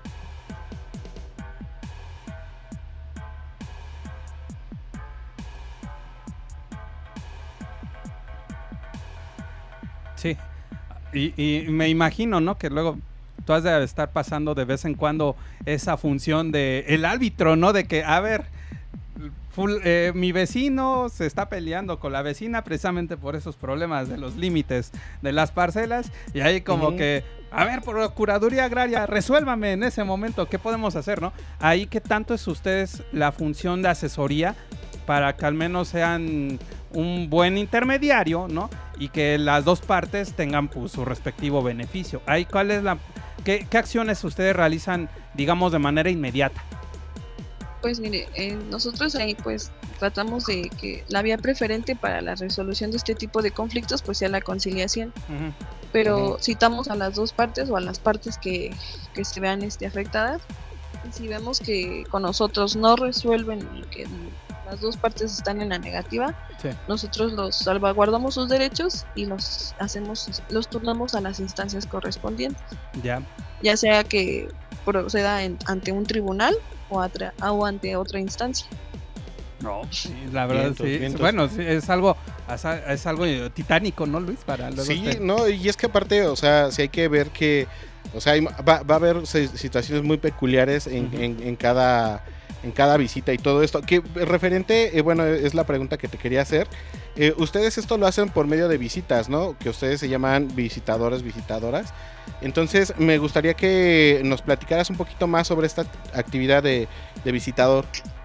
Sí. Y, y me imagino, ¿no? Que luego tú has de estar pasando de vez en cuando esa función de el árbitro, ¿no? De que, a ver, full- eh, mi vecino se está peleando con la vecina precisamente por esos problemas de los límites de las parcelas, y ahí como Ujú. que, a ver, Procuraduría Agraria, resuélvame en ese momento, ¿qué podemos hacer, no? Ahí, ¿qué tanto es ustedes la función de asesoría para que al menos sean un buen intermediario, ¿no? Y que las dos partes tengan pues, su respectivo beneficio. Ahí, ¿cuál es la, qué, qué acciones ustedes realizan, digamos, de manera inmediata? Pues mire, eh, nosotros ahí pues tratamos de que la vía preferente para la resolución de este tipo de conflictos pues sea la conciliación. Uh-huh. Pero uh-huh. citamos a las dos partes o a las partes que, que se vean este, afectadas. Y si vemos que con nosotros no resuelven y que las dos partes están en la negativa, sí. nosotros los salvaguardamos sus derechos y los hacemos, los turnamos a las instancias correspondientes. Ya. Ya sea que proceda en, ante un tribunal o, atra, o ante otra instancia. No, sí, la verdad vientos, sí. Vientos. Bueno, sí, es algo es algo titánico, ¿no, Luis? Para luego sí, usted. No, y es que aparte, o sea, sí hay que ver que, o sea, hay, va, va a haber situaciones muy peculiares en, uh-huh. en, en cada en cada visita y todo esto. Que referente, eh, bueno, es la pregunta que te quería hacer. Eh, ustedes esto lo hacen por medio de visitas, ¿no? Que ustedes se llaman visitadores, visitadoras. Entonces, me gustaría que nos platicaras un poquito más sobre esta actividad de, de visitador.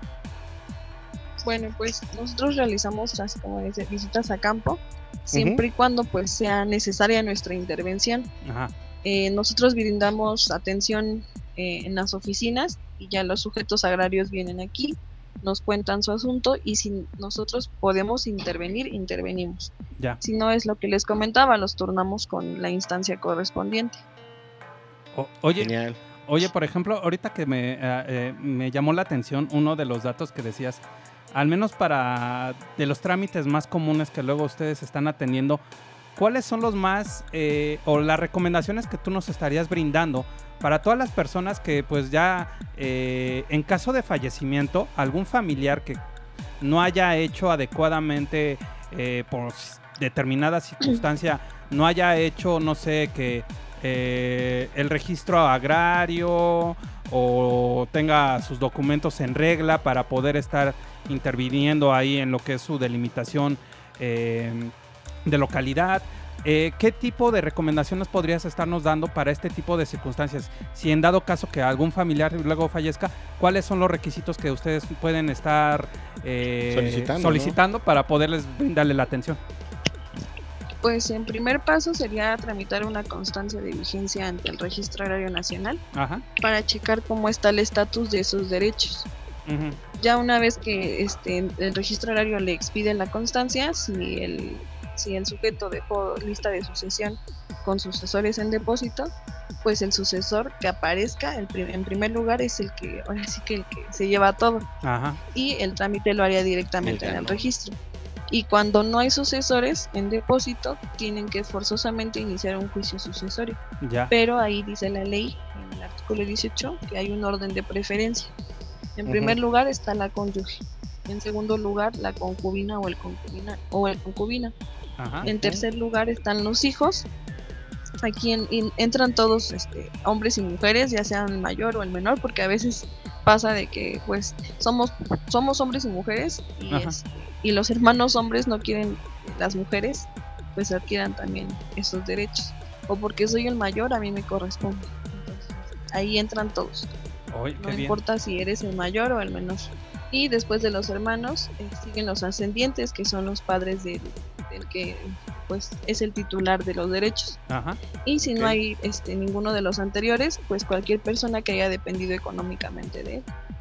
Bueno, pues nosotros realizamos, así como dice, visitas a campo, siempre uh-huh. y cuando pues sea necesaria nuestra intervención. Ajá. Eh, nosotros brindamos atención eh, en las oficinas y ya los sujetos agrarios vienen aquí, nos cuentan su asunto y si nosotros podemos intervenir, intervenimos. Ya. Si no es lo que les comentaba, los turnamos con la instancia correspondiente. O, oye, Genial. Oye, por ejemplo, ahorita que me, eh, eh, me llamó la atención uno de los datos que decías, al menos para de los trámites más comunes que luego ustedes están atendiendo, ¿cuáles son los más eh, o las recomendaciones que tú nos estarías brindando para todas las personas que pues ya eh, en caso de fallecimiento, algún familiar que no haya hecho adecuadamente eh, por determinada circunstancia, no haya hecho, no sé, que eh, el registro agrario o tenga sus documentos en regla para poder estar interviniendo ahí en lo que es su delimitación eh, de localidad? Eh, ¿Qué tipo de recomendaciones podrías estarnos dando para este tipo de circunstancias? Si en dado caso que algún familiar luego fallezca, ¿cuáles son los requisitos que ustedes pueden estar eh, solicitando, solicitando ¿no? para poderles brindarle la atención? Pues en primer paso sería tramitar una constancia de vigencia ante el Registro Agrario Nacional. Ajá. Para checar cómo está el estatus de esos derechos. Uh-huh. Ya una vez que este, el Registro Agrario le expide la constancia, si el si el sujeto dejó lista de sucesión con sucesores en depósito, pues el sucesor que aparezca el prim- en primer lugar es el que, ahora sí que el que se lleva todo. Ajá. Y el trámite lo haría directamente en el registro. Y cuando no hay sucesores en depósito, tienen que forzosamente iniciar un juicio sucesorio. Ya. Pero ahí dice la ley, en el artículo dieciocho, que hay un orden de preferencia. En primer uh-huh. lugar está la cónyuge. En segundo lugar, la concubina o el concubina o el concubina. Ajá, en tercer okay. lugar están los hijos. Aquí en, en, entran todos este, hombres y mujeres, ya sean mayor o el menor, porque a veces pasa de que pues somos somos hombres y mujeres y, es, y los hermanos hombres no quieren las mujeres pues adquieran también esos derechos, o porque soy el mayor a mí me corresponde. Entonces, ahí entran todos. Oy, no bien. importa si eres el mayor o el menor. Y después de los hermanos eh, siguen los ascendientes, que son los padres del, del que pues es el titular de los derechos. Ajá. Y si okay. no hay este ninguno de los anteriores, pues cualquier persona que haya dependido económicamente de él.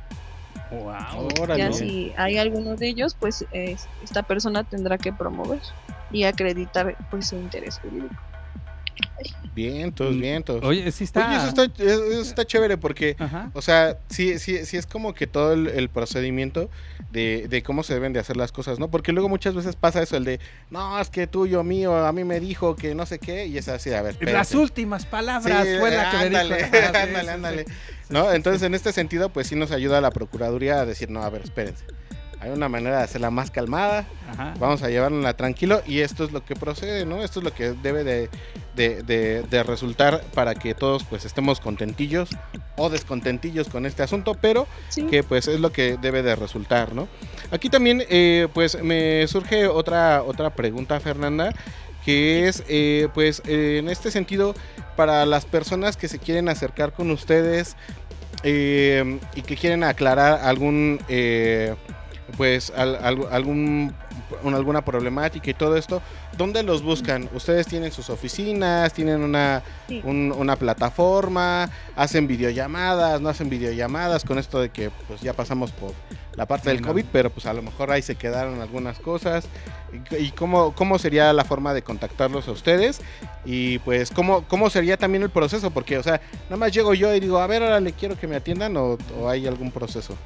Wow. Ya si hay alguno de ellos, pues eh, esta persona tendrá que promover y acreditar pues su interés jurídico. Vientos, vientos. Oye, sí está. Oye, eso está, eso está chévere porque, Ajá. o sea, sí, sí, sí es como que todo el, el procedimiento de, de cómo se deben de hacer las cosas, ¿no? Porque luego muchas veces pasa eso, el de, no, es que tuyo, mío, a mí me dijo que no sé qué, y es así, a ver, espérate. Las últimas palabras sí, fue la que ándale, me dijo. Ah, ándale, ándale. ¿No? Entonces, en este sentido, pues sí nos ayuda a la Procuraduría a decir, no, a ver, espérense. Hay una manera de hacerla más calmada, Ajá. vamos a llevarla tranquilo y esto es lo que procede, ¿no? Esto es lo que debe de, de, de, de resultar para que todos pues estemos contentillos o descontentillos con este asunto, pero sí. que pues es lo que debe de resultar, ¿no? Aquí también eh, pues me surge otra, otra pregunta, Fernanda, que es eh, pues eh, en este sentido para las personas que se quieren acercar con ustedes eh, y que quieren aclarar algún... Eh, pues al, al, algún un, alguna problemática y todo esto, ¿dónde los buscan? ¿Ustedes tienen sus oficinas? ¿Tienen una, Sí. un, una plataforma? ¿Hacen videollamadas? ¿No hacen videollamadas? Con esto de que pues ya pasamos por la parte del Sí, no. COVID, pero pues a lo mejor ahí se quedaron algunas cosas. ¿Y, y cómo, cómo sería la forma de contactarlos a ustedes? Y pues cómo, cómo sería también el proceso, porque o sea, nada más llego yo y digo, a ver, ahora le quiero que me atiendan, o, o hay algún proceso.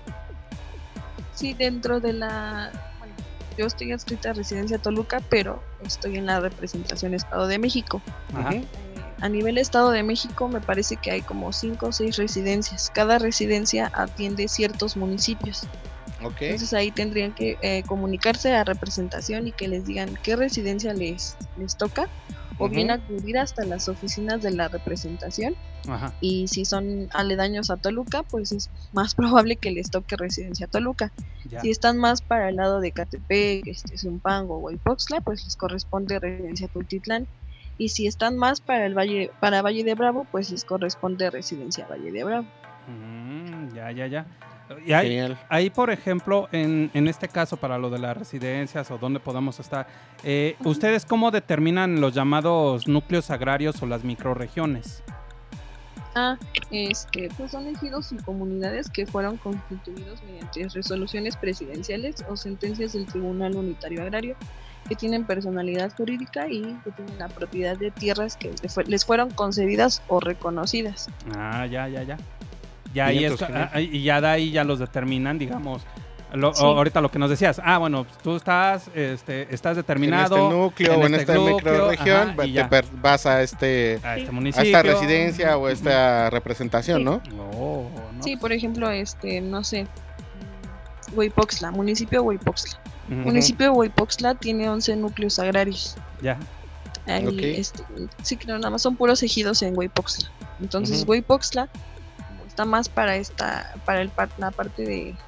Sí, dentro de la... Bueno, yo estoy adscrita a Residencia Toluca, pero estoy en la representación Estado de México. Ajá. Eh, a nivel Estado de México me parece que hay como cinco o seis residencias. Cada residencia atiende ciertos municipios. Ok. Entonces ahí tendrían que eh, comunicarse a representación y que les digan qué residencia les, les toca, o Ujú. bien acudir hasta las oficinas de la representación. Ajá. Y si son aledaños a Toluca, pues es más probable que les toque Residencia Toluca. Ya. Si están más para el lado de Catepec, este, Zumpango o Huaypoxtla, pues les corresponde Residencia Tultitlán. Y si están más para el Valle, para Valle de Bravo, pues les corresponde Residencia Valle de Bravo. Mm, ya, ya, ya. Y ahí, Genial. ahí, por ejemplo, en, en este caso, para lo de las residencias o dónde podamos estar, eh, ¿ustedes cómo determinan los llamados núcleos agrarios o las microrregiones? Ah, este, pues son ejidos y comunidades que fueron constituidos mediante resoluciones presidenciales o sentencias del Tribunal Unitario Agrario, que tienen personalidad jurídica y que tienen la propiedad de tierras que le fue- les fueron concedidas o reconocidas. Ah, ya, ya, ya. Ya ahí Bien, es- entonces, ah, y ya de ahí ya los determinan, digamos. Lo- Sí. o- ahorita lo que nos decías, ah, bueno, pues tú estás, este, estás determinado en este núcleo o en este esta núcleo, microrregión, ajá, va- y te ya. per- vas a este a este Sí. a municipio. esta residencia o Ujú. esta representación, Sí. ¿no? Oh, no, Sí, por ejemplo, este, no sé, mm, Huaypoxtla, municipio de Huaypoxtla. ujú, Municipio de Huaypoxtla tiene once núcleos agrarios. ya. Ahí, Ok. este, sí, que nada más son puros ejidos en Huaypoxtla. Entonces, Ujú. Huaypoxtla como está más para esta, para el par- la parte de, de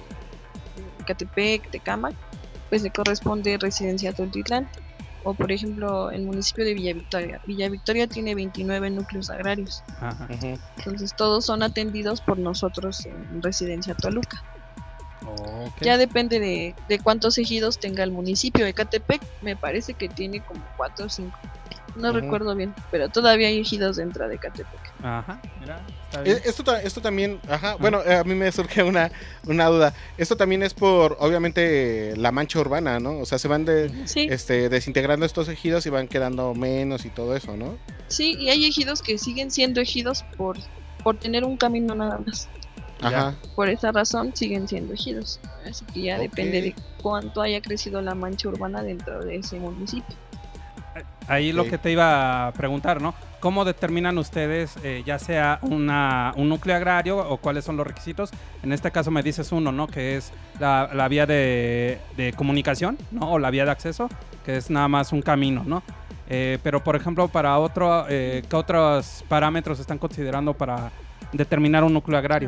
Catepec, Tecámac, pues le corresponde Residencia Tultitlán. O por ejemplo, el municipio de Villa Victoria. Villa Victoria tiene veintinueve núcleos agrarios. Ajá. Ujú. Entonces, todos son atendidos por nosotros en Residencia Toluca. Ok. Ya depende de, de cuántos ejidos tenga el municipio. Ecatepec me parece que tiene como cuatro o cinco. No Ujú. recuerdo bien, pero todavía hay ejidos dentro de Ecatepec. Ajá, mira, está bien. Eh, Esto, ta- esto también, ajá, bueno, eh, a mí me surge una, una duda. Esto también es por, obviamente, la mancha urbana, ¿no? O sea, se van de, Sí, este, desintegrando estos ejidos y van quedando menos y todo eso, ¿no? sí, y hay ejidos que siguen siendo ejidos por, por tener un camino nada más. Ajá. Por esa razón siguen siendo ejidos. Así que ya Ok. depende de cuánto haya crecido la mancha urbana dentro de ese municipio. Ahí lo Ok. que te iba a preguntar, ¿no? ¿Cómo determinan ustedes, eh, ya sea una, un núcleo agrario o cuáles son los requisitos? En este caso me dices uno, ¿no? Que es la, la vía de, de comunicación, ¿no? O la vía de acceso, que es nada más un camino, ¿no? Eh, pero, por ejemplo, para otro, eh, ¿qué otros parámetros están considerando para determinar un núcleo agrario?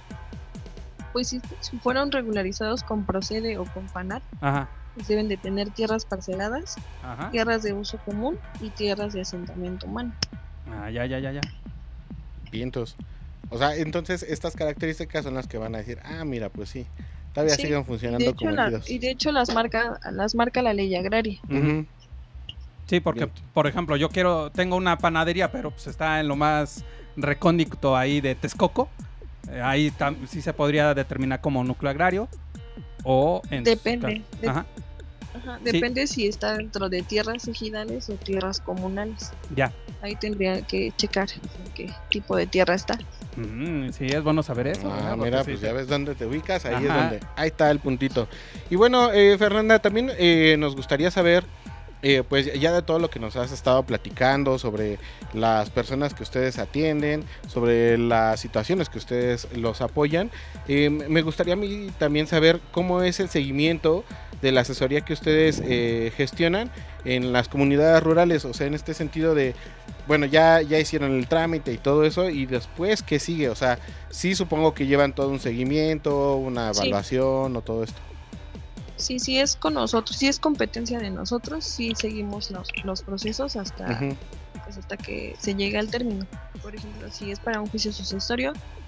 Pues si, si fueron regularizados con Procede o con FANAR, Ajá, pues deben de tener tierras parceladas, ajá. tierras de uso común y tierras de asentamiento humano. Ah, ya, ya, ya, ya. Vientos. O sea, entonces estas características son las que van a decir, ah, mira, pues sí, todavía Sí, siguen De funcionando hecho, como la- ejidos. y de hecho las marca, las marca la ley agraria. Ujú. Sí, porque, Bien. por ejemplo, yo quiero, tengo una panadería, pero pues está en lo más recóndito ahí de Texcoco. Eh, ahí tam- sí se podría determinar como núcleo agrario. O en Depende, de- Ajá, Ajá, Sí. depende si está dentro de tierras ejidales o tierras comunales. ya. Ahí tendría que checar en qué tipo de tierra está. Mm, sí, es bueno saber eso. Ah, ¿verdad? mira, Porque pues sí, ya ves dónde te ubicas, ahí es Ajá. donde, ahí está el puntito. Y bueno, eh, Fernanda, también eh, nos gustaría saber, eh, pues ya de todo lo que nos has estado platicando sobre las personas que ustedes atienden, sobre las situaciones que ustedes los apoyan, eh, me gustaría a mí también saber cómo es el seguimiento de la asesoría que ustedes eh, gestionan en las comunidades rurales, o sea, en este sentido de, bueno, ya, ya hicieron el trámite y todo eso, y después, ¿qué sigue? O sea, sí supongo que llevan todo un seguimiento, una Sí. evaluación o todo esto. Sí, sí es con nosotros, sí es competencia de nosotros, sí seguimos los, los procesos hasta, Ujú. pues, hasta que se llegue al término. Por ejemplo, si es para un juicio sucesorio,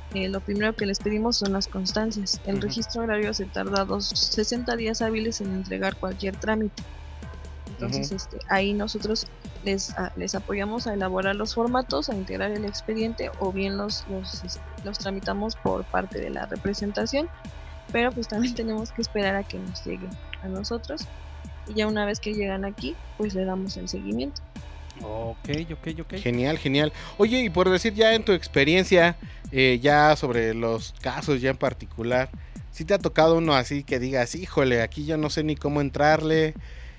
eh, lo primero que les pedimos son las constancias. El Ujú. registro agrario se tarda dos, sesenta días hábiles en entregar cualquier trámite. Entonces, Ujú. este, ahí nosotros les, a- les apoyamos a elaborar los formatos, a integrar el expediente, o bien los, los, este, los tramitamos por parte de la representación, pero pues también tenemos que esperar a que nos lleguen a nosotros, y ya una vez que llegan aquí, pues le damos el seguimiento. Ok, ok, ok. Genial, genial. Oye, y por decir ya en tu experiencia, eh, ya sobre los casos ya en particular, ¿sí te ha tocado uno así que digas, híjole, aquí yo no sé ni cómo entrarle,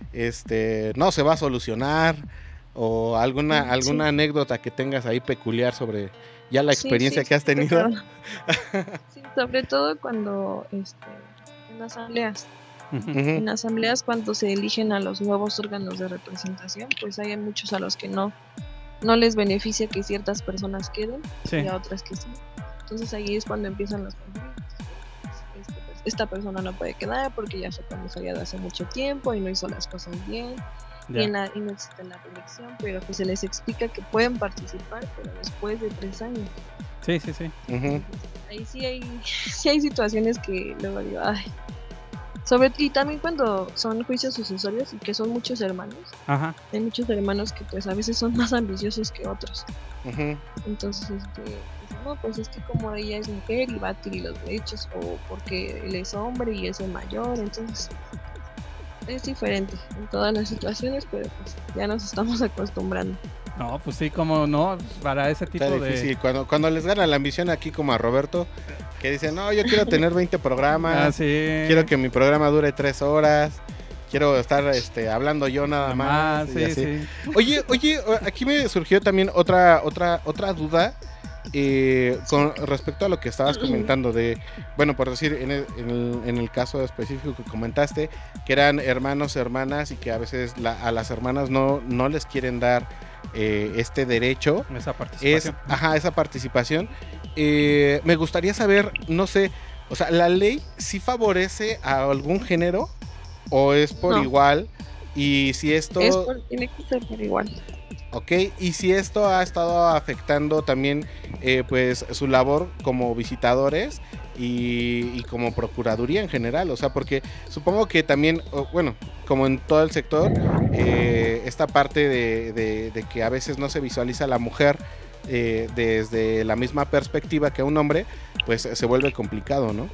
este, no se va a solucionar, o alguna, Mm, alguna sí. anécdota que tengas ahí peculiar sobre ya la Sí, experiencia sí, que has sí, tenido? claro. Sí, sobre todo cuando este, en asambleas. Ujú. Ujú. En asambleas, cuando se eligen a los nuevos órganos de representación, pues hay muchos a los que no, no les beneficia que ciertas personas queden Sí. y a otras que sí. Entonces ahí es cuando empiezan los conflictos. Este, pues, esta persona no puede quedar porque ya fue comisariada hace mucho tiempo y no hizo las cosas bien, Ya. y, en la, y no existe la elección, pero pues se les explica que pueden participar, pero después de tres años. Sí, sí, sí. Ujú. Ahí sí hay, sí hay situaciones que luego digo, ay. Sobre, y también cuando son juicios sucesorios y que son muchos hermanos, Ajá. hay muchos hermanos que pues a veces son más ambiciosos que otros. Ujú. Entonces, este, dicen, no, pues es que como ella es mujer y va a adquirir los derechos, o porque él es hombre y es el mayor, entonces es diferente en todas las situaciones, pero pues ya nos estamos acostumbrando. No, pues sí, como no, para ese tipo Está de... difícil. Cuando, cuando les gana la ambición aquí como a Roberto, que dice, no, yo quiero tener veinte programas, Ah, sí. quiero que mi programa dure tres horas, quiero estar este, hablando yo nada Nada más. más, y sí, así. sí. Oye, oye, aquí me surgió también otra, otra, otra duda eh, con respecto a lo que estabas comentando de, bueno, por decir, en el, en el, en el caso específico que comentaste, que eran hermanos, hermanas y que a veces la- a las hermanas no, no les quieren dar eh, este derecho. Esa Es, participación. ajá, esa participación. Eh, me gustaría saber, no sé, o sea, ¿la ley sí favorece a algún género o es por No. igual? Y si esto, Es por, tiene que ser por igual. ok, y si esto ha estado afectando también, eh, pues, su labor como visitadores y, y como procuraduría en general, o sea, porque supongo que también, o, bueno, como en todo el sector, eh, esta parte de, de- de que a veces no se visualiza a la mujer eh, desde la misma perspectiva que a un hombre, pues se vuelve complicado, ¿no?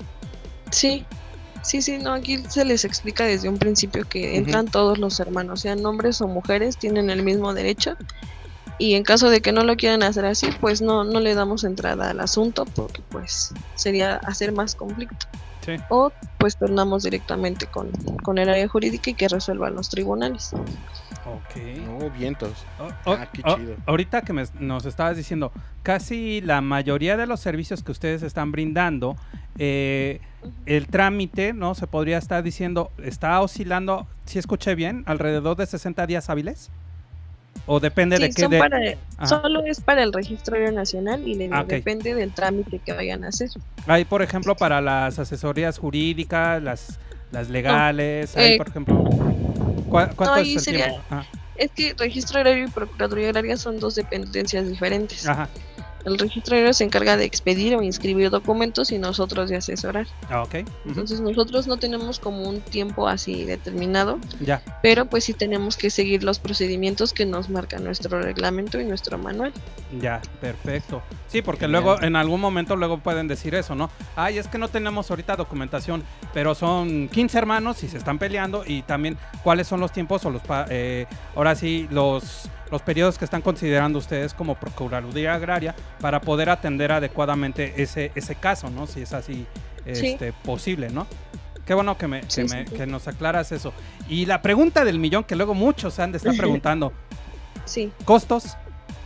Sí, sí, sí, no, aquí se les explica desde un principio que entran todos los hermanos, sean hombres o mujeres, tienen el mismo derecho, y en caso de que no lo quieran hacer así, pues no, no le damos entrada al asunto, porque pues sería hacer más conflicto. Sí. O pues tornamos directamente con, con el área jurídica y que resuelvan los tribunales. Ok. No, vientos. O- o- Ah, qué o- chido. ahorita que me- nos estabas diciendo, casi la mayoría de los servicios que ustedes están brindando, eh, el trámite, ¿no? Se podría estar diciendo, está oscilando, si escuché bien, alrededor de sesenta días hábiles. ¿O depende Sí, de qué? son de- para, Ajá. solo es para el registro aéreo nacional y le digo, Ah, ok. depende del trámite que vayan a hacer. Hay, por ejemplo, para las asesorías jurídicas, las, las legales, hay, eh, por ejemplo... ¿cuá- ¿Cuánto no, es ahí el sería- tiempo? Ah, Es que registro agrario y procuraduría agraria son dos dependencias diferentes. ajá. El registro agrario se encarga de expedir o inscribir documentos y nosotros de asesorar. Ah, ok. Ujú. Entonces nosotros no tenemos como un tiempo así determinado, Ya. pero pues sí tenemos que seguir los procedimientos que nos marca nuestro reglamento y nuestro manual. Ya, perfecto. Sí, porque Genial. luego en algún momento luego pueden decir eso, ¿no? Ay, es que no tenemos ahorita documentación, pero son quince hermanos y se están peleando y también cuáles son los tiempos o los, pa- eh, ahora sí, los, los periodos que están considerando ustedes como Procuraduría Agraria para poder atender adecuadamente ese, ese caso, ¿no? Si es así Sí. este, posible, ¿no? Qué bueno que, me, que, Sí, me- sí, sí. que nos aclaras eso. Y la pregunta del millón que luego muchos han de estar preguntando, Sí, ¿costos?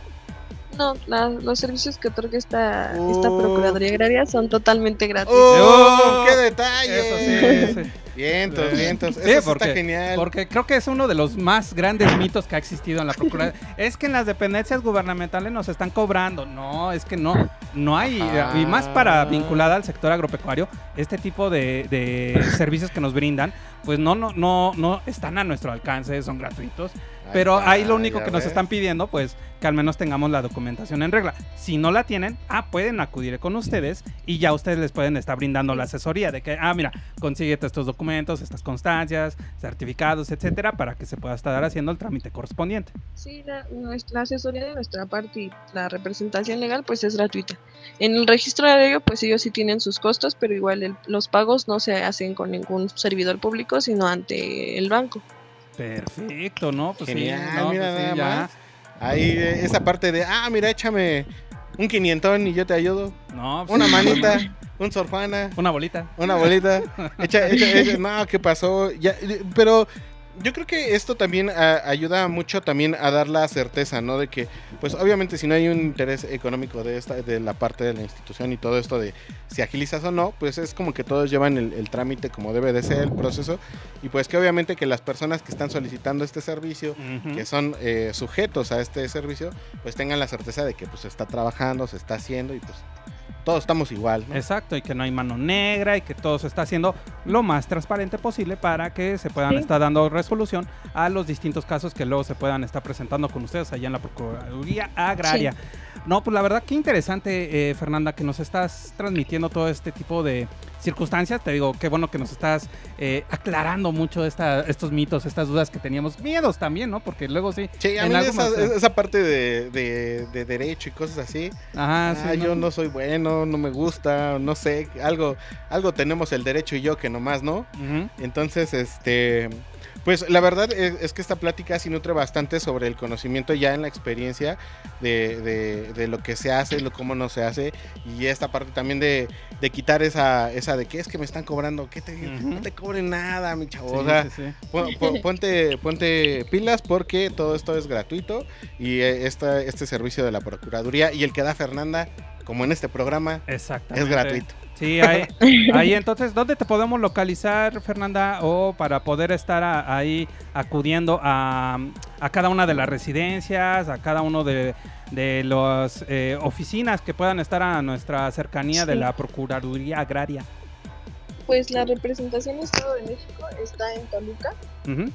no, la- los servicios que otorga esta, esta Oh. Procuraduría Agraria son totalmente gratis. ¡Oh! ¡Qué detalle! Eso sí, sí. Vientos, vientos. Sí, Eso sí porque, está genial. porque creo que es uno de los más grandes mitos que ha existido en la Procuraduría. Es que en las dependencias gubernamentales nos están cobrando. No, es que no, no hay, Ajá. y más para vinculada al sector agropecuario, este tipo de, de servicios que nos brindan, pues no, no, no, no están a nuestro alcance, son gratuitos. Pero está, ahí lo único ya que nos ves. están pidiendo, pues, que al menos tengamos la documentación en regla. Si no la tienen, ah, pueden acudir con ustedes y ya ustedes les pueden estar brindando la asesoría de que, ah, mira, consíguete estos documentos, estas constancias, certificados, etcétera, para que se pueda estar haciendo el trámite correspondiente. Sí, la, nuestra asesoría de nuestra parte y la representación legal pues es gratuita. En el registro agrario pues ellos sí tienen sus costos, pero igual el- los pagos no se hacen con ningún servidor público, sino ante el banco. Perfecto, ¿no? Pues Genial, sí, no, mira pues sí, nada ya. más. Ahí eh, esa parte de, ah, mira, échame un quinientón y yo te ayudo. No, pues Una sí, manita, un Sor Juana, una bolita. una bolita. Echa, echa, echa, no, ¿qué pasó? Ya, eh, pero yo creo que esto también a- ayuda mucho también a dar la certeza, ¿no? De que, pues obviamente si no hay un interés económico de esta, de la parte de la institución y todo esto de si agilizas o no, pues es como que todos llevan el, el trámite como debe de ser el proceso y pues que obviamente que las personas que están solicitando este servicio, Ujú. que son eh, sujetos a este servicio, pues tengan la certeza de que pues se está trabajando, se está haciendo y pues todos estamos igual, ¿no? Exacto, y que no hay mano negra y que todo se está haciendo lo más transparente posible para que se puedan Sí. estar dando resolución a los distintos casos que luego se puedan estar presentando con ustedes allá en la Procuraduría Agraria. No, pues la verdad que interesante, eh, Fernanda, que nos estás transmitiendo todo este tipo de circunstancias. Te digo, qué bueno que nos estás eh, aclarando mucho esta, estos mitos, estas dudas que teníamos, miedos también, ¿no? Porque luego sí. Sí, a en mí algunos, esa, eh, esa parte de, de- de derecho y cosas así, Ajá, ah, sí, yo no soy bueno, no me gusta, no sé, algo, algo tenemos el derecho y yo que nomás no. Ujú. Entonces, este, pues la verdad es, es que esta plática sí nutre bastante sobre el conocimiento ya en la experiencia de, de- de lo que se hace, lo cómo no se hace y esta parte también de, de quitar esa, esa de que es que me están cobrando, que te, Ujú. no te cobren nada, mi chavo. Sí, O sea, sí, sí. pon- pon- ponte, ponte pilas porque todo esto es gratuito y eh, esta, este servicio de la Procuraduría y el que da Fernanda, como en este programa, Exactamente. es gratuito. Sí, ahí, ahí entonces, ¿dónde te podemos localizar, Fernanda? O para poder estar a- ahí acudiendo a, a cada una de las residencias, a cada uno de, de las eh, oficinas que puedan estar a nuestra cercanía de Sí. la Procuraduría Agraria. Pues la representación Estado de México está en Toluca, Ujú.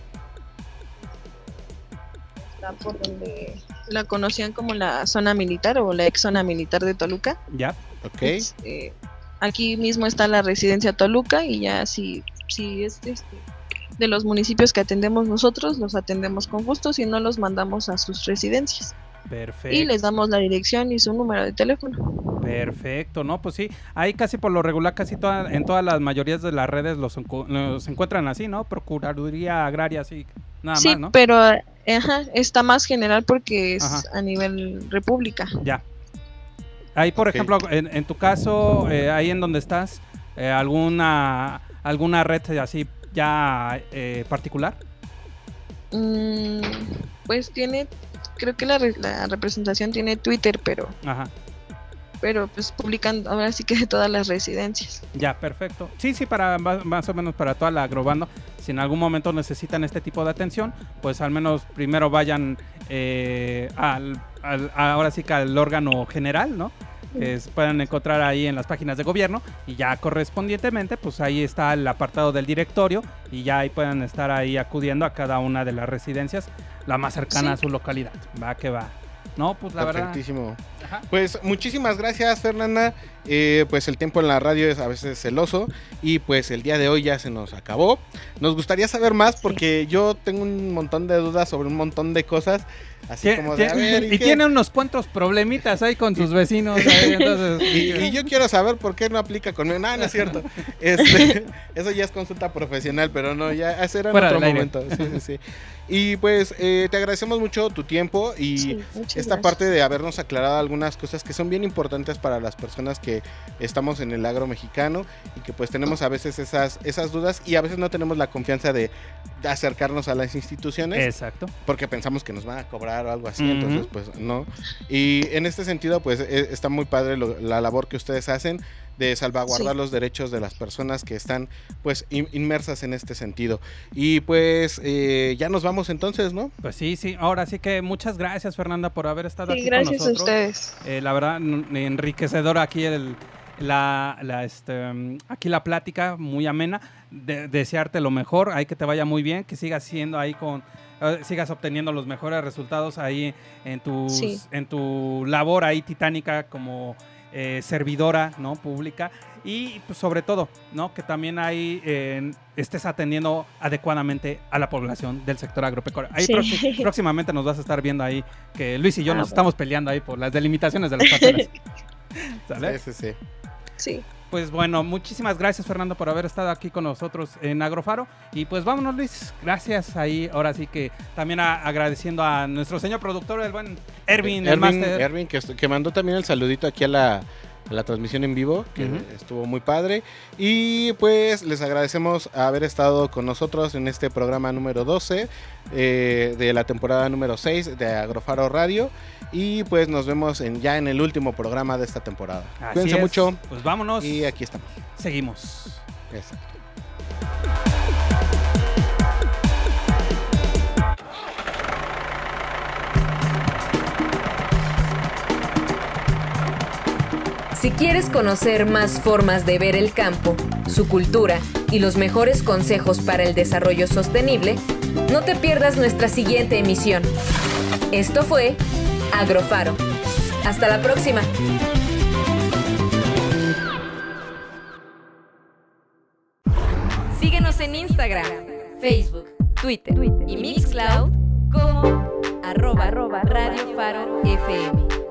está por donde la conocían como la zona militar o la ex zona militar de Toluca. Ya, ¿Ok? Es, eh, aquí mismo está la residencia Toluca y ya si, si es este, de los municipios que atendemos nosotros, los atendemos con gusto, si no los mandamos a sus residencias perfecto. y les damos la dirección y su número de teléfono. Perfecto, ¿no? Pues sí, ahí casi por lo regular, casi toda, en todas las mayorías de las redes los, encu- los encuentran así, ¿no? Procuraduría Agraria, así, nada Sí, más, ¿no? pero ajá, está más general porque es Ajá. a nivel república. Ya. Ahí, por Ok. ejemplo, en, en tu caso, eh, ahí en donde estás, eh, alguna alguna red así ya eh, particular. Mm, pues tiene, creo que la, re- la representación tiene Twitter, pero Ajá. pero pues publican ahora sí que de todas las residencias. Ya, perfecto. Sí, sí, para más, más o menos para toda la agrobando. Si en algún momento necesitan este tipo de atención, pues al menos primero vayan eh, al, al- ahora sí que al órgano general, ¿no? Que se puedan encontrar ahí en las páginas de gobierno y ya correspondientemente, pues ahí está el apartado del directorio y ya ahí pueden estar ahí acudiendo a cada una de las residencias, la más cercana Sí. a su localidad. Va que va. No, pues la verdad. Perfectísimo. Ajá. Pues muchísimas gracias, Fernanda. Eh, pues el tiempo en la radio es a veces celoso y pues el día de hoy ya se nos acabó. Nos gustaría saber más porque yo tengo un montón de dudas sobre un montón de cosas. Así Tie- como de, tie- a ver, ¿y y qué? tiene unos cuantos problemitas ahí con sus vecinos. ahí, entonces, Y, y yo quiero saber por qué no aplica conmigo. No, no es cierto. Este, eso ya es consulta profesional, pero no, ya ese era en Fuera otro del aire. momento. Sí, sí, sí. Y pues eh, te agradecemos mucho tu tiempo y Sí, muchas esta gracias. parte de habernos aclarado algunas cosas que son bien importantes para las personas que estamos en el agro mexicano y que pues tenemos a veces esas, esas dudas y a veces no tenemos la confianza de, de acercarnos a las instituciones Exacto. porque pensamos que nos van a cobrar o algo así, Ujú. entonces pues no. Y en este sentido pues e- está muy padre lo- la labor que ustedes hacen de salvaguardar Sí. los derechos de las personas que están pues in- inmersas en este sentido. Y pues eh, ya nos vamos entonces, ¿no? Pues sí, sí. Ahora sí que muchas gracias, Fernanda, por haber estado Sí, aquí gracias con a nosotros. ustedes. Eh, la verdad, n- enriquecedor aquí el, la, la este, aquí la plática muy amena, de, desearte lo mejor, ahí que te vaya muy bien, que sigas siendo ahí con, eh, sigas obteniendo los mejores resultados ahí en tus, Sí. en tu labor ahí titánica como eh, servidora, ¿no? Pública. Y pues, sobre todo, ¿no? Que también ahí eh, estés atendiendo adecuadamente a la población del sector agropecuario. Ahí Sí. proxi- próximamente nos vas a estar viendo ahí que Luis y yo Ah, nos bueno. estamos peleando ahí por las delimitaciones de las parcelas. ¿Sale? Sí, sí, sí. Sí. Pues bueno, muchísimas gracias, Fernando, por haber estado aquí con nosotros en Agrofaro. Y pues vámonos, Luis. Gracias ahí. Ahora sí que también a- agradeciendo a nuestro señor productor, el buen Ervin, el Ervin, máster. Ervin, que, est- que mandó también el saludito aquí a la, a la transmisión en vivo, que Ujú. estuvo muy padre. Y pues les agradecemos haber estado con nosotros en este programa número doce eh, de la temporada número seis de Agrofaro Radio. Y pues nos vemos en, ya en el último programa de esta temporada. Así Cuídense es. mucho Pues vámonos. y aquí estamos. Seguimos. Exacto. Si quieres conocer más formas de ver el campo, su cultura y los mejores consejos para el desarrollo sostenible, no te pierdas nuestra siguiente emisión. Esto fue Agrofaro. Hasta la próxima. Síguenos en Instagram, Facebook, Twitter y Mixcloud como arroba Radio Faro F M.